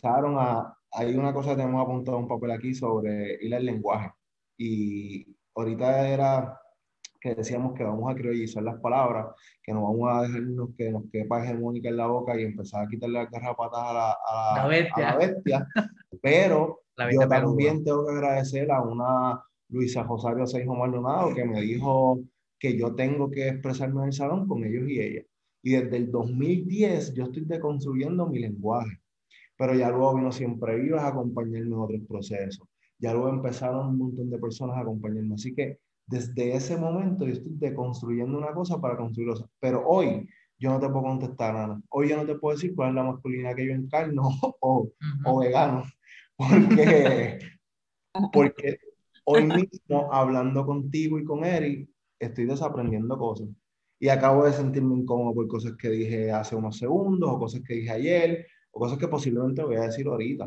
hay una cosa que tenemos apuntado en un papel aquí sobre ir al lenguaje, y ahorita era que decíamos que vamos a criollizar las palabras, que no vamos a dejarnos que nos quepa hegemónica en la boca y empezar a quitarle las garrapatas La a la bestia, bestia, pero la bestia yo peluda. también tengo que agradecer a una Luisa Rosario Seijo Maldonado que me dijo que yo tengo que expresarme en el salón con ellos y ella. Y desde el 2010 yo estoy deconstruyendo mi lenguaje, pero ya luego vino Siempre Vivas a acompañarme en otros procesos. Ya luego empezaron un montón de personas a acompañarme. Así que desde ese momento yo estoy deconstruyendo una cosa para construir otra. Pero hoy yo no te puedo contestar nada. Hoy yo no te puedo decir cuál es la masculinidad que yo encarno o vegano. Porque, porque hoy mismo, hablando contigo y con Eric, estoy desaprendiendo cosas. Y acabo de sentirme incómodo por cosas que dije hace unos segundos, o cosas que dije ayer, o cosas que posiblemente voy a decir ahorita.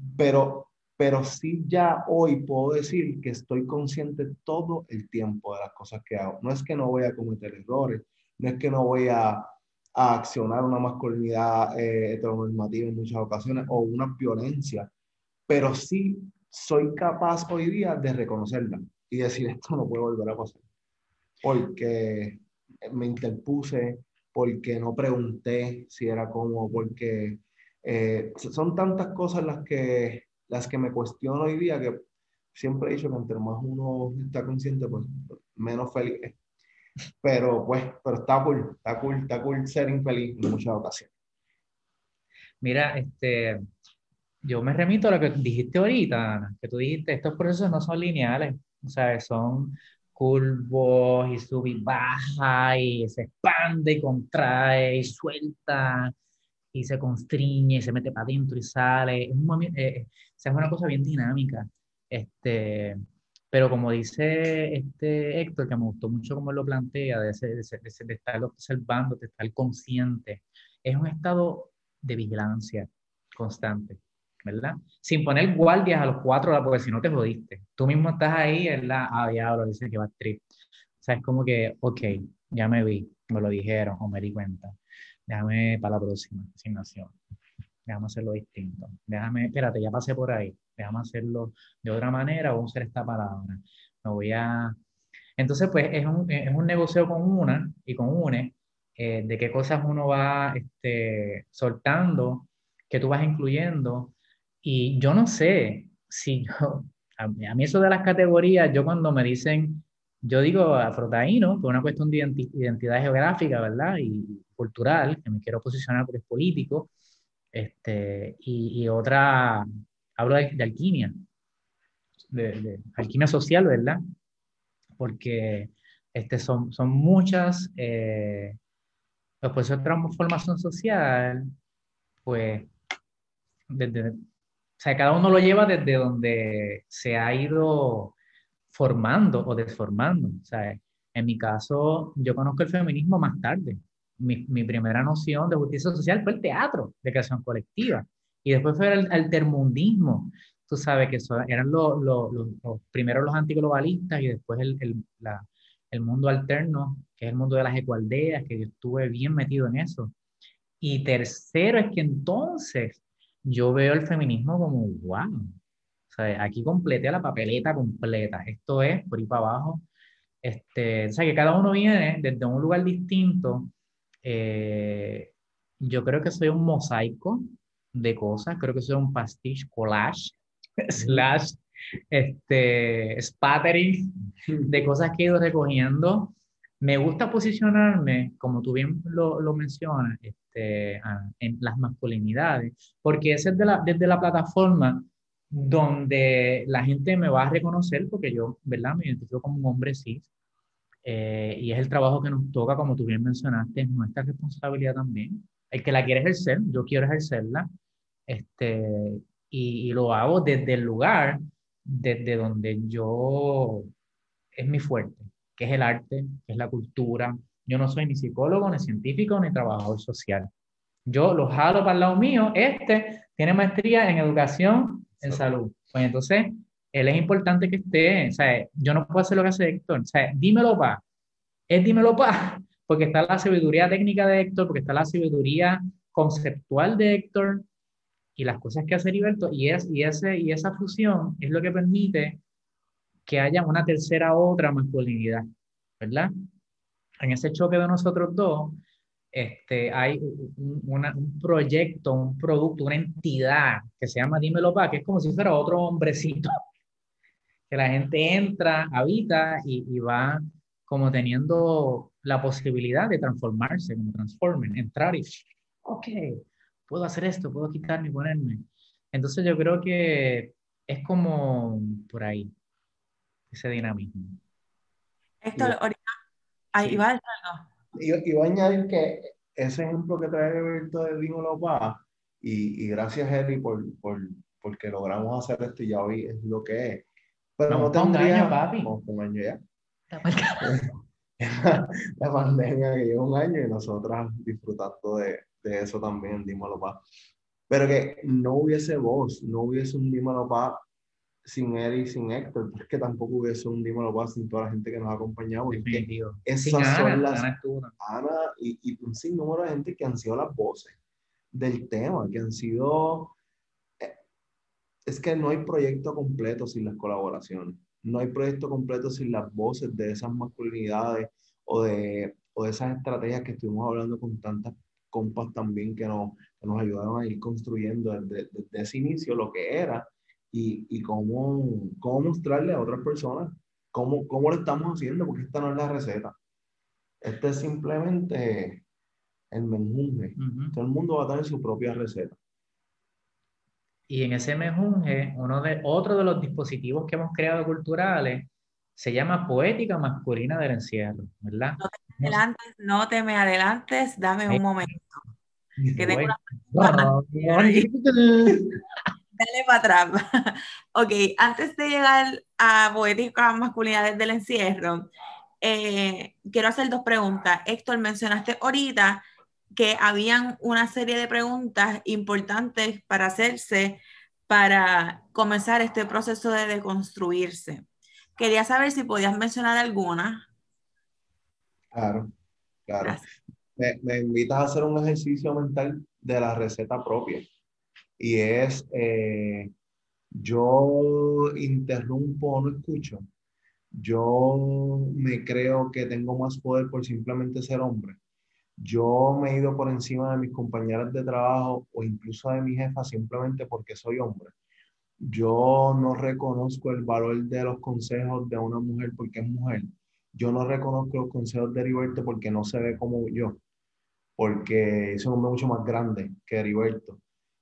Pero sí ya hoy puedo decir que estoy consciente todo el tiempo de las cosas que hago. No es que no voy a cometer errores, no es que no voy a accionar una masculinidad heteronormativa en muchas ocasiones o una violencia, pero sí soy capaz hoy día de reconocerla y decir esto no puede volver a pasar, porque me interpuse, porque no pregunté si era cómodo, porque son tantas cosas las que me cuestiono hoy día que siempre he dicho que entre más uno está consciente, pues menos feliz es. Pero pues, pero está cool ser infeliz en muchas ocasiones. Mira, yo me remito a lo que dijiste ahorita, Ana, que tú dijiste, estos procesos no son lineales, o sea, son curvos y sube y baja y se expande y contrae y suelta y se constriñe y se mete para adentro y sale. O sea, es una cosa bien dinámica. Este, Pero como dice Héctor, que me gustó mucho cómo él lo plantea, de estar observando, de estar consciente, es un estado de vigilancia constante, ¿verdad? Sin poner guardias a los 4 horas, porque si no te jodiste. Tú mismo estás ahí, ¿verdad? Ah, diablo, dice que va a trip. O sea, es como que, ok, ya me vi, me lo dijeron o me di cuenta. Déjame para la próxima asignación. Déjame hacerlo distinto. Déjame, espérate, ya pasé por ahí. Déjame hacerlo de otra manera o usar esta palabra. Me voy a... Entonces, pues es un negocio con una y con une de qué cosas uno va soltando, que tú vas incluyendo. Y yo no sé si yo, a mí eso de las categorías, yo cuando me dicen, yo digo afrotaíno, por una cuestión de identidad geográfica, ¿verdad? Y cultural, que me quiero posicionar porque es político, y otra, hablo de alquimia, de alquimia social, ¿verdad? Porque son muchas, los procesos de transformación social, pues, o sea, cada uno lo lleva desde donde se ha ido formando o desformando. O sea, en mi caso, yo conozco el feminismo más tarde. Mi primera noción de justicia social fue el teatro de creación colectiva. Y después fue el altermundismo. Tú sabes que eran los primeros los antiglobalistas y después el mundo alterno, que es el mundo de las ecualdeas, que yo estuve bien metido en eso. Y tercero es que entonces yo veo el feminismo como, wow, o sea, aquí completé la papeleta completa. Esto es por ahí para abajo. O sea, que cada uno viene desde un lugar distinto. Eh, yo creo que soy un mosaico de cosas. Creo que soy un pastiche collage slash spattering de cosas que he ido recogiendo. Me gusta posicionarme, como tú bien lo mencionas, en las masculinidades, porque ese es desde la plataforma donde la gente me va a reconocer, porque yo, ¿verdad? Me identifico como un hombre cis, y es el trabajo que nos toca, como tú bien mencionaste, es nuestra responsabilidad también. El que la quiere ejercer, yo quiero ejercerla, este, y lo hago desde el lugar, desde donde yo es mi fuerte, que es el arte, que es la cultura. Yo no soy ni psicólogo, ni científico, ni trabajador social. Yo lo jalo para el lado mío. Tiene maestría en educación en salud. Pues entonces, él es importante que esté. O sea, yo no puedo hacer lo que hace Héctor. O sea, dímelo pa. Es dímelo pa. Porque está la sabiduría técnica de Héctor, porque está la sabiduría conceptual de Héctor y las cosas que hace Heriberto. Y esa fusión es lo que permite que haya una tercera otra masculinidad, ¿verdad? En ese choque de nosotros dos, hay un proyecto, un producto, una entidad que se llama Dímelo Pa, que es como si fuera otro hombrecito, que la gente entra, habita y va como teniendo la posibilidad de transformarse, como transformen, entrar y, ok, puedo hacer esto, puedo quitarme y ponerme. Entonces yo creo que es como por ahí, ese dinamismo. Héctor, ahorita, ahí Sí, va algo. iba a añadir que ese ejemplo que trae Alberto de Dímelo Pa, y gracias, Eli, porque logramos hacer esto y ya hoy es lo que es. Pero no Vamos para un año, tendría, papi. vamos, un año ya, la pandemia que lleva un año y nosotras disfrutando de eso también, Dímelo Pa. Pero que no hubiese voz, no hubiese un Dímelo Pa sin él y sin Héctor, pero es que tampoco hubiese un Dímelo Pa sin toda la gente que nos ha acompañado, porque es que Definitivo. Sin esas son Ana, las Ana estuvo. Ana y un sinnúmero de gente que han sido las voces del tema, que han sido... Es que no hay proyecto completo sin las colaboraciones, no hay proyecto completo sin las voces de esas masculinidades o de esas estrategias que estuvimos hablando con tantas compas también que nos ayudaron a ir construyendo desde ese inicio lo que era y cómo mostrarle a otras personas cómo lo estamos haciendo, porque esta no es la receta. Este es simplemente el menjunje. Todo el mundo va a tener su propia receta. Y en ese mejunje, otro de los dispositivos que hemos creado culturales se llama poética masculina del encierro, ¿verdad? No sé, No te me adelantes, dame ahí un momento, que tengo voy. una pregunta anterior ahí. Dale para atrás. Ok, antes de llegar a poéticas masculinidades del encierro, quiero hacer dos preguntas. Héctor, mencionaste ahorita que habían una serie de preguntas importantes para hacerse para comenzar este proceso de deconstruirse. Quería saber si podías mencionar alguna. Claro, claro. Gracias. Me invitas a hacer un ejercicio mental de la receta propia. Y es, yo interrumpo o no escucho. Yo me creo que tengo más poder por simplemente ser hombre. Yo me he ido por encima de mis compañeras de trabajo o incluso de mi jefa simplemente porque soy hombre. Yo no reconozco el valor de los consejos de una mujer porque es mujer. Yo no reconozco los consejos de Heriberto porque no se ve como yo, porque es un hombre mucho más grande que Heriberto.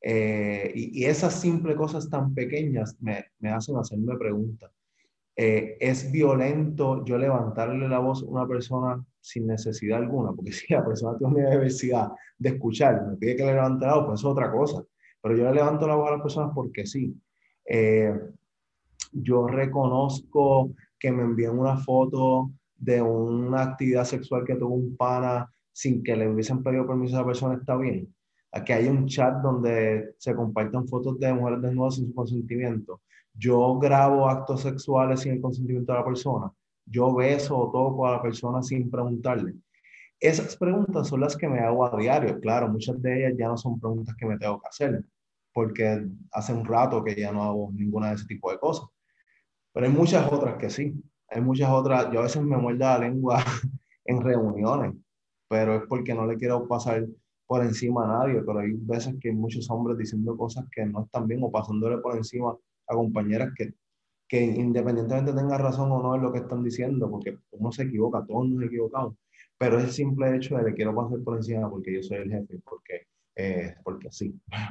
Y esas simples cosas tan pequeñas me hacen hacerme preguntas. ¿Es violento yo levantarle la voz a una persona sin necesidad alguna? Porque si la persona tiene una necesidad de escuchar, me pide que le levante la voz, pues eso es otra cosa. Pero yo le levanto la voz a las personas porque sí. Eh, yo reconozco que me envían una foto de una actividad sexual que tuvo un pana sin que le hubiesen pedido permiso a esa persona, está bien. Aquí hay un chat donde se comparten fotos de mujeres desnudas sin su consentimiento. Yo grabo actos sexuales sin el consentimiento de la persona. Yo beso o toco a la persona sin preguntarle. Esas preguntas son las que me hago a diario. Claro, muchas de ellas ya no son preguntas que me tengo que hacer, porque hace un rato que ya no hago ninguna de ese tipo de cosas. Pero hay muchas otras que sí. Hay muchas otras. Yo a veces me muerdo la lengua en reuniones, pero es porque no le quiero pasar por encima a nadie. Pero hay veces que hay muchos hombres diciendo cosas que no están bien o pasándole por encima a compañeras que independientemente tengan razón o no en lo que están diciendo, porque uno se equivoca, todos nos equivocamos. Pero es el simple hecho de que le quiero pasar por encima porque yo soy el jefe, porque sí.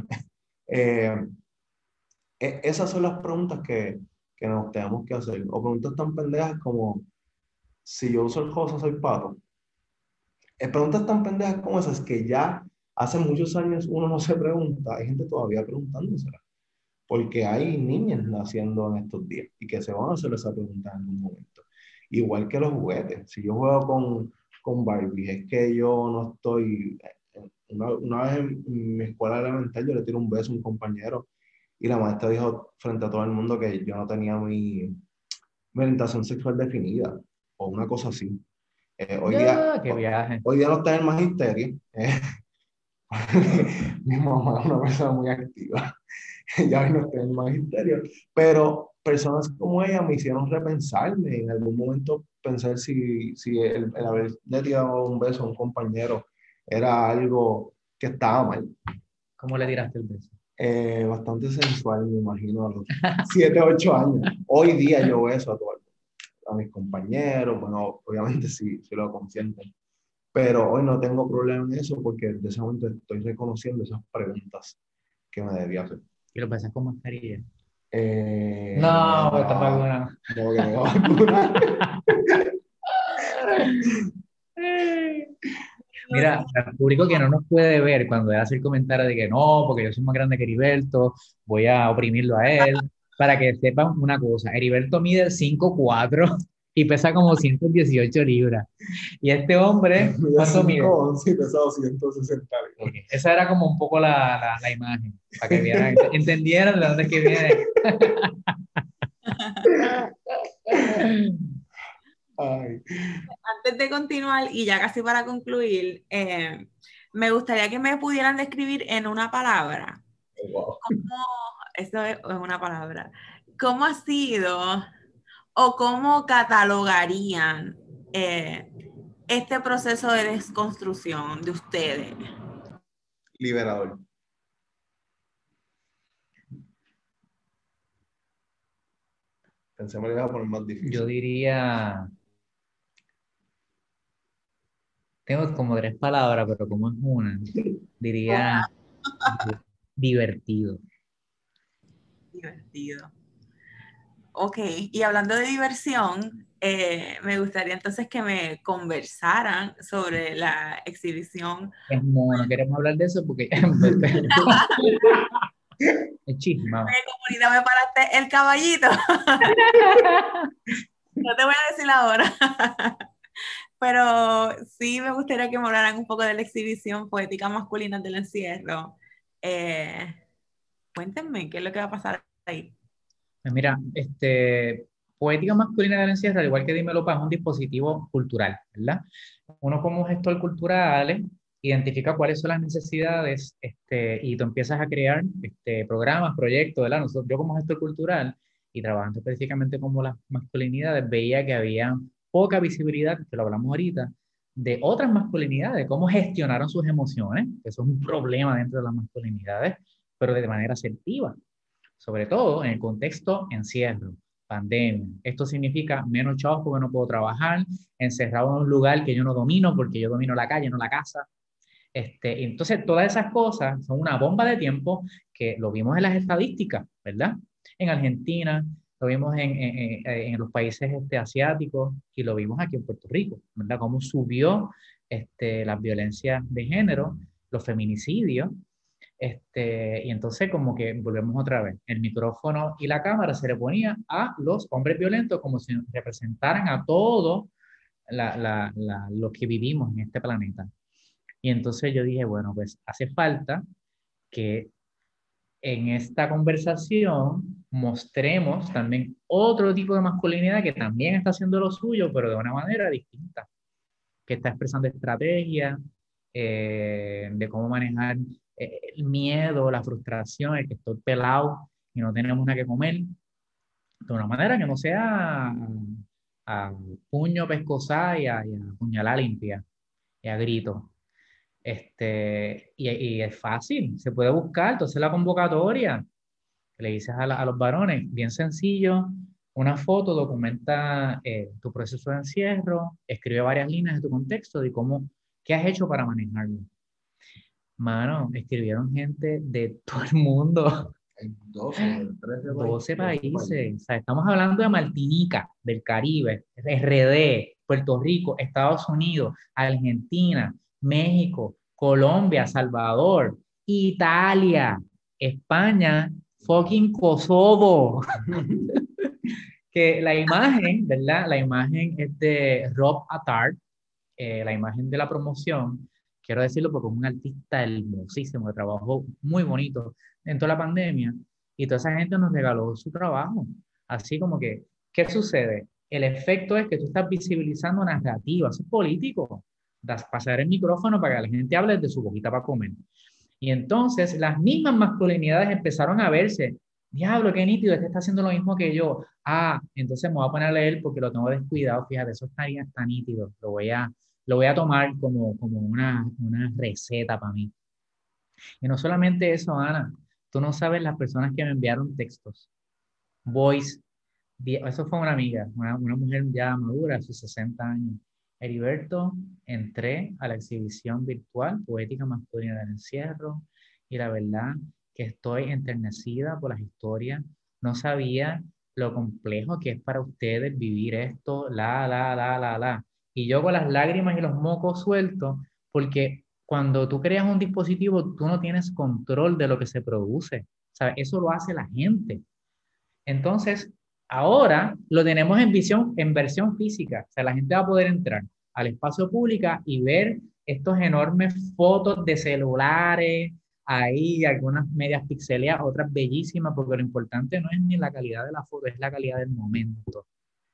Eh, Esas son las preguntas que nos tenemos que hacer. O preguntas tan pendejas como si yo uso el joso, soy pato. Preguntas tan pendejas como esas que ya hace muchos años uno no se pregunta. Hay gente todavía preguntándosela. Porque hay niñas naciendo en estos días y que se van a hacer esa pregunta en algún momento. Igual que los juguetes. Si yo juego con Barbie, es que yo no estoy... Una vez en mi escuela elemental yo le tiro un beso a un compañero y la maestra dijo frente a todo el mundo que yo no tenía mi orientación sexual definida o una cosa así. Hoy día, Ya, qué viaje. hoy día no está en el magisterio. Mi mamá es una persona muy activa. Ya hoy no está en el magisterio. Pero personas como ella me hicieron repensarme. En algún momento pensar si el haberle tirado un beso a un compañero era algo que estaba mal. ¿Cómo le tiraste el beso? Bastante sensual, me imagino, a los 7, 8 años. Hoy día yo beso a todo el mundo, a mis compañeros, bueno, obviamente sí, sí lo consienten, pero hoy no tengo problema en eso porque desde ese momento estoy reconociendo esas preguntas que me debía hacer. Y lo besas con mascarilla. No, No, pues está vacunado. no, que tengo vacuna. Mira, al público que no nos puede ver cuando él hace el comentario de que no, porque yo soy más grande que Heriberto, voy a oprimirlo a él, para que sepan una cosa, Heriberto mide 5'4" y pesa como 118 libras. Y este hombre, Mide ¿cuánto mide? 5'11" y pesa 260 libras. Ok, esa era como un poco la imagen, para que vieran, entendieran de dónde es que viene. Ay, Antes de continuar y ya casi para concluir, me gustaría que me pudieran describir en una palabra. wow. Eso es una palabra. ¿Cómo ha sido o cómo catalogarían este proceso de desconstrucción de ustedes? Liberador. Pensé me lo iba a poner más difícil. Yo diría, tengo como 3 palabras, pero como es una, diría divertido. Divertido. Ok, y hablando de diversión, me gustaría entonces que me conversaran sobre la exhibición. No, no queremos hablar de eso porque El chismado. Oye, comunidad, me paraste el caballito. No te voy a decir ahora. Pero sí me gustaría que me hablaran un poco de la exhibición poética masculina del encierro. Eh, Cuéntenme, ¿qué es lo que va a pasar ahí? Pues mira, poética masculina del encierro, al igual que Dímelo Pa, es un dispositivo cultural, ¿verdad? Uno como gestor cultural identifica cuáles son las necesidades, y tú empiezas a crear programas, proyectos, ¿verdad? Yo como gestor cultural y trabajando específicamente como las masculinidades, veía que había poca visibilidad, que lo hablamos ahorita, de otras masculinidades, cómo gestionaron sus emociones, que eso es un problema dentro de las masculinidades, pero de manera asertiva, sobre todo en el contexto encierro, pandemia. Esto significa menos chavos porque no puedo trabajar, encerrado en un lugar que yo no domino porque yo domino la calle, no la casa. Entonces, todas esas cosas son una bomba de tiempo que lo vimos en las estadísticas, ¿verdad? En Argentina, lo vimos en los países asiáticos y lo vimos aquí en Puerto Rico, ¿verdad? Cómo subió las violencias de género, los feminicidios, y entonces como que volvemos otra vez. El micrófono y la cámara se le ponía a los hombres violentos como si representaran a todos los que vivimos en este planeta. Y entonces yo dije, bueno, pues hace falta que en esta conversación mostremos también otro tipo de masculinidad que también está haciendo lo suyo, pero de una manera distinta, que está expresando estrategias de cómo manejar el miedo, la frustración, el que estoy pelado y no tenemos nada que comer, de una manera que no sea a puño, pescosá y a puñalada limpia y a grito. Y es fácil, se puede buscar, entonces la convocatoria que le dices a los varones, bien sencillo, una foto documenta tu proceso de encierro, escribe varias líneas de tu contexto de cómo, qué has hecho para manejarlo. Mano, escribieron gente de todo el mundo, En 12, 13 12 países. O sea, estamos hablando de Martinica, del Caribe, RD, Puerto Rico, Estados Unidos, Argentina, México, Colombia, Salvador, Italia, España, fucking Kosovo. Que la imagen, ¿verdad? La imagen es de Rob Attard, la imagen de la promoción. Quiero decirlo porque es un artista hermosísimo, de trabajo muy bonito en toda la pandemia. Y toda esa gente nos regaló su trabajo. Así como que, ¿qué sucede? El efecto es que tú estás visibilizando narrativas, es político. Das pasar el micrófono para que la gente hable de su boquita para comer. Y entonces las mismas masculinidades empezaron a verse. Diablo, qué nítido, este está haciendo lo mismo que yo. Ah, entonces me voy a poner a leer porque lo tengo descuidado. Fíjate, eso está nítido. Lo voy a tomar como una receta para mí. Y no solamente eso, Ana. Tú no sabes las personas que me enviaron textos. Voice. Eso fue una amiga, una mujer ya madura, a sus 60 años. Heriberto, entré a la exhibición virtual Poética Masculina del Encierro y la verdad que estoy enternecida por las historias. No sabía lo complejo que es para ustedes vivir esto, la. Y yo con las lágrimas y los mocos sueltos, porque cuando tú creas un dispositivo, tú no tienes control de lo que se produce. ¿Sabes? Eso lo hace la gente. Entonces, ahora lo tenemos en versión física. O sea, la gente va a poder entrar al espacio público y ver estos enormes fotos de celulares, ahí algunas medias pixeleadas, otras bellísimas, porque lo importante no es ni la calidad de la foto, es la calidad del momento.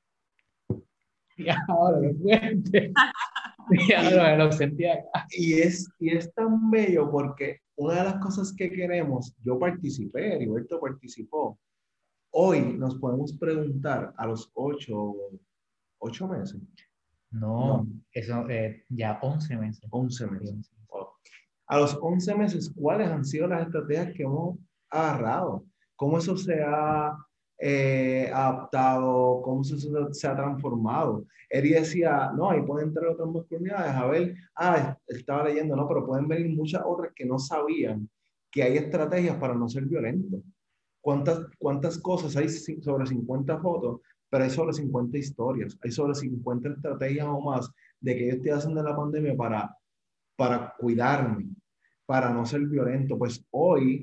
Y ahora lo fuerte. Y ahora lo sentía acá. Y es tan bello porque una de las cosas que queremos, yo participé, Heriberto participó. Hoy nos podemos preguntar a los 8 meses, No, no, eso ya 11 meses. 11 meses. Sí, 11 meses. A los 11 meses, ¿cuáles han sido las estrategias que hemos agarrado? ¿Cómo eso se ha adaptado? ¿Cómo eso se ha transformado? Él decía, no, ahí pueden entrar otras masculinidades. A ver, estaba leyendo, no, pero pueden venir muchas otras que no sabían que hay estrategias para no ser violentos. ¿Cuántas cosas? Hay sobre 50 fotos, pero hay sobre 50 historias, hay sobre 50 estrategias o más de que yo estoy haciendo en la pandemia para cuidarme, para no ser violento. Pues hoy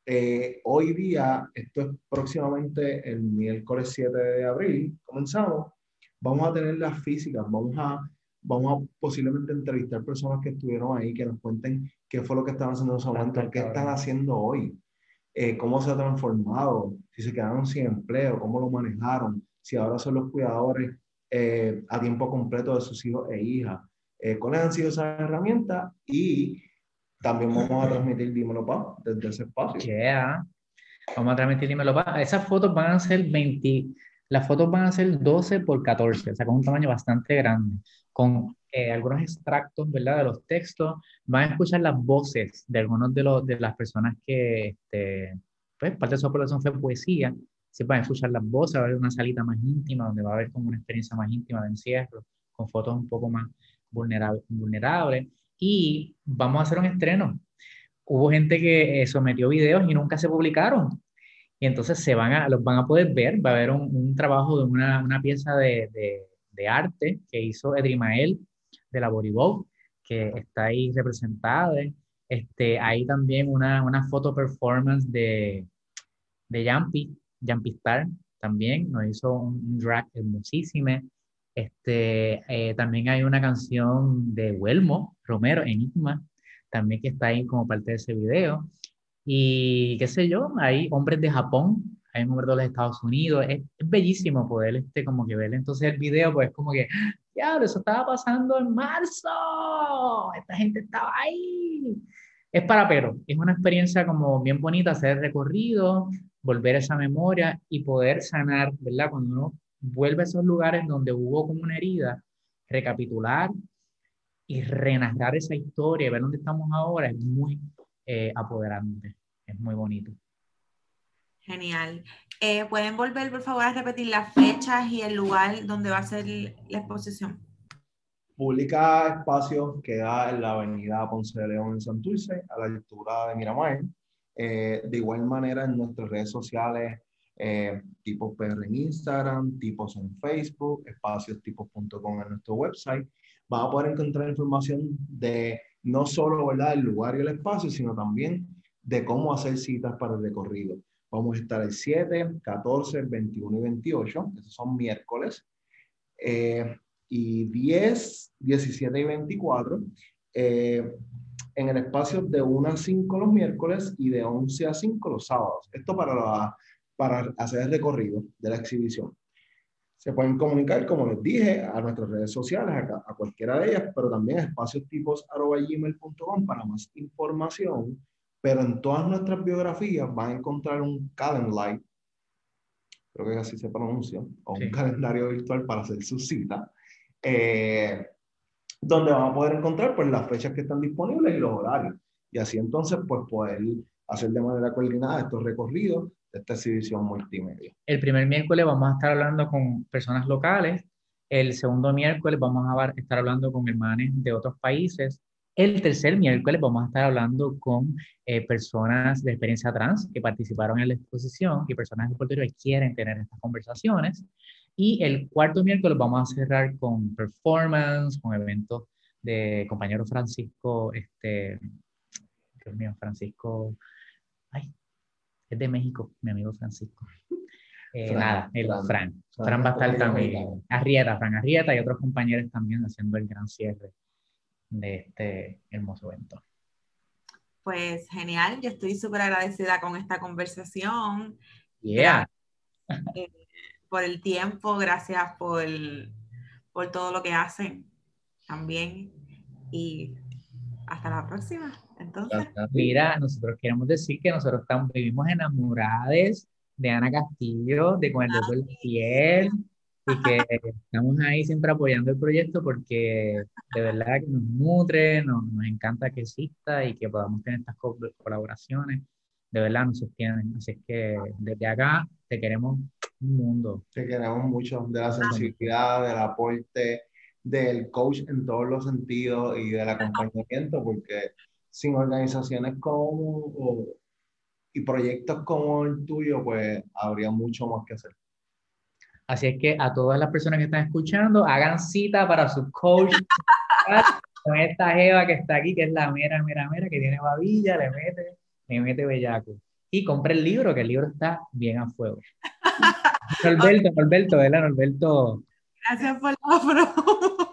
Hoy día, esto es próximamente el miércoles 7 de abril, comenzamos, vamos a tener las físicas, vamos a posiblemente entrevistar personas que estuvieron ahí, que nos cuenten qué fue lo que estaban haciendo en ese momento, qué están haciendo hoy, cómo se ha transformado, si se quedaron sin empleo, cómo lo manejaron, si ahora son los cuidadores a tiempo completo de sus hijos e hijas, cuáles han sido esas herramientas y también vamos a transmitir Dímelo Pa desde ese espacio. Yeah. Vamos a transmitir Dímelo Pa. Esas fotos van a ser 20, las fotos van a ser 12 por 14, o sea, con un tamaño bastante grande, con algunos extractos, ¿verdad?, de los textos. Van a escuchar las voces de algunos de las personas que, pues, parte de su aportación fue poesía. Se van a escuchar las voces, va a haber una salita más íntima, donde va a haber como una experiencia más íntima de encierro, con fotos un poco más vulnerables. Y vamos a hacer un estreno. Hubo gente que sometió videos y nunca se publicaron. Y entonces los van a poder ver. Va a haber un trabajo de una pieza de arte que hizo Edrimael de la Boribó, que está ahí representada. Hay también una foto performance de Yampi Star, también nos hizo un drag hermosísimo. También hay una canción de Huelmo Romero, Enigma, también que está ahí como parte de ese video. Y qué sé yo, hay hombres de Japón, hay hombres de los Estados Unidos. Es bellísimo poder como que ver entonces el video, pues como que, diablo, eso estaba pasando en marzo, esta gente estaba ahí. Es para pero, es una experiencia como bien bonita hacer el recorrido, volver a esa memoria y poder sanar, ¿verdad? Cuando uno vuelve a esos lugares donde hubo como una herida, recapitular y renarrar esa historia, ver dónde estamos ahora, es muy apoderante, es muy bonito. Genial. ¿Pueden volver, por favor, a repetir las fechas y el lugar donde va a ser la exposición? Publica Espacio queda en la avenida Ponce de León en Santurce, a la altura de Miramar. De igual manera en nuestras redes sociales, Tipos PR en Instagram, Tipos en Facebook, espaciostipos.com en nuestro website. Vas a poder encontrar información de no solo, ¿verdad?, el lugar y el espacio, sino también de cómo hacer citas para el recorrido. Vamos a estar el 7, 14, 21 y 28, esos son miércoles. Y 10, 17 y 24 en el espacio de 1 a 5 los miércoles y de 11 a 5 los sábados. Esto para hacer el recorrido de la exhibición. Se pueden comunicar, como les dije, a nuestras redes sociales, a cualquiera de ellas, pero también a espaciostipos@gmail.com para más información. Pero en todas nuestras biografías van a encontrar un Calendly, creo que así se pronuncia, o un calendario virtual para hacer su cita. Donde van a poder encontrar pues las fechas que están disponibles y los horarios. Y así entonces pues poder hacer de manera coordinada estos recorridos de esta exhibición multimedia. El primer miércoles vamos a estar hablando con personas locales. El segundo miércoles vamos a estar hablando con hermanos de otros países. El tercer miércoles vamos a estar hablando con personas de experiencia trans que participaron en la exposición y personas de Puerto Rico que quieren tener estas conversaciones. Y el cuarto miércoles vamos a cerrar con performance, con eventos de compañero Francisco, Dios mío, Francisco, ay, es de México, mi amigo Francisco. Fran va a estar también, Fran Arrieta y otros compañeros también haciendo el gran cierre de este hermoso evento. Pues genial, yo estoy súper agradecida con esta conversación. Yeah. Gracias por el tiempo, gracias por todo lo que hacen también. Y hasta la próxima. Entonces, mira, nosotros queremos decir que nosotros vivimos enamoradas de Ana Castillo, de Con el Dedo del Fiel, y que estamos ahí siempre apoyando el proyecto porque de verdad que nos nutre, nos encanta que exista y que podamos tener estas colaboraciones. De verdad nos sostienen. Así es que desde acá te queremos un mundo. Te queremos mucho, de la sensibilidad, del aporte, del coach en todos los sentidos y del acompañamiento, porque sin organizaciones y proyectos como el tuyo, pues habría mucho más que hacer. Así es que a todas las personas que están escuchando, hagan cita para su coach con esta jeva que está aquí, que es la mera, que tiene babilla, le mete bellaco. y compre el libro, que el libro está bien a fuego. Norberto, ¿verdad? Norberto. Gracias por la promo.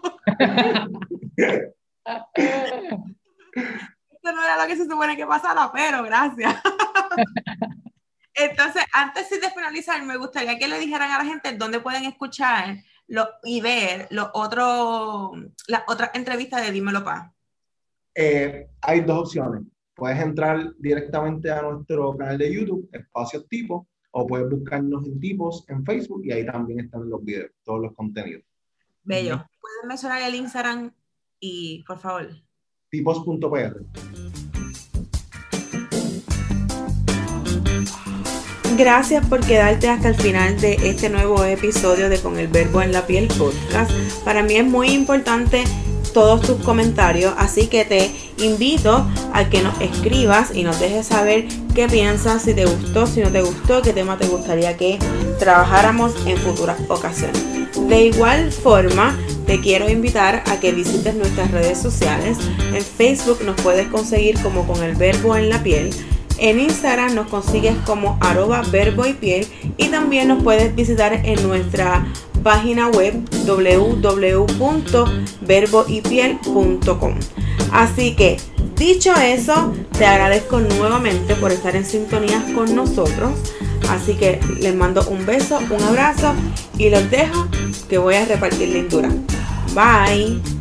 Esto no era lo que se supone que pasara, pero gracias. Entonces, antes de finalizar, me gustaría que le dijeran a la gente dónde pueden escuchar y ver las otras entrevistas de Dímelo Pa. Hay dos opciones. Puedes entrar directamente a nuestro canal de YouTube, Espacios Tipos, o puedes buscarnos en Tipos en Facebook y ahí también están los videos, todos los contenidos. Bello. ¿Pueden mencionar el Instagram y, por favor? Tipos.pr. Gracias por quedarte hasta el final de este nuevo episodio de Con el Verbo en la Piel podcast. Para mí es muy importante todos tus comentarios, así que te invito a que nos escribas y nos dejes saber qué piensas, si te gustó, si no te gustó, qué tema te gustaría que trabajáramos en futuras ocasiones. De igual forma, te quiero invitar a que visites nuestras redes sociales. En Facebook nos puedes conseguir como Con el Verbo en la Piel. En Instagram nos consigues como @verboypiel y también nos puedes visitar en nuestra página web www.verboypiel.com. Así que, dicho eso, te agradezco nuevamente por estar en sintonía con nosotros. Así que les mando un beso, un abrazo y los dejo que voy a repartir lindura. Bye.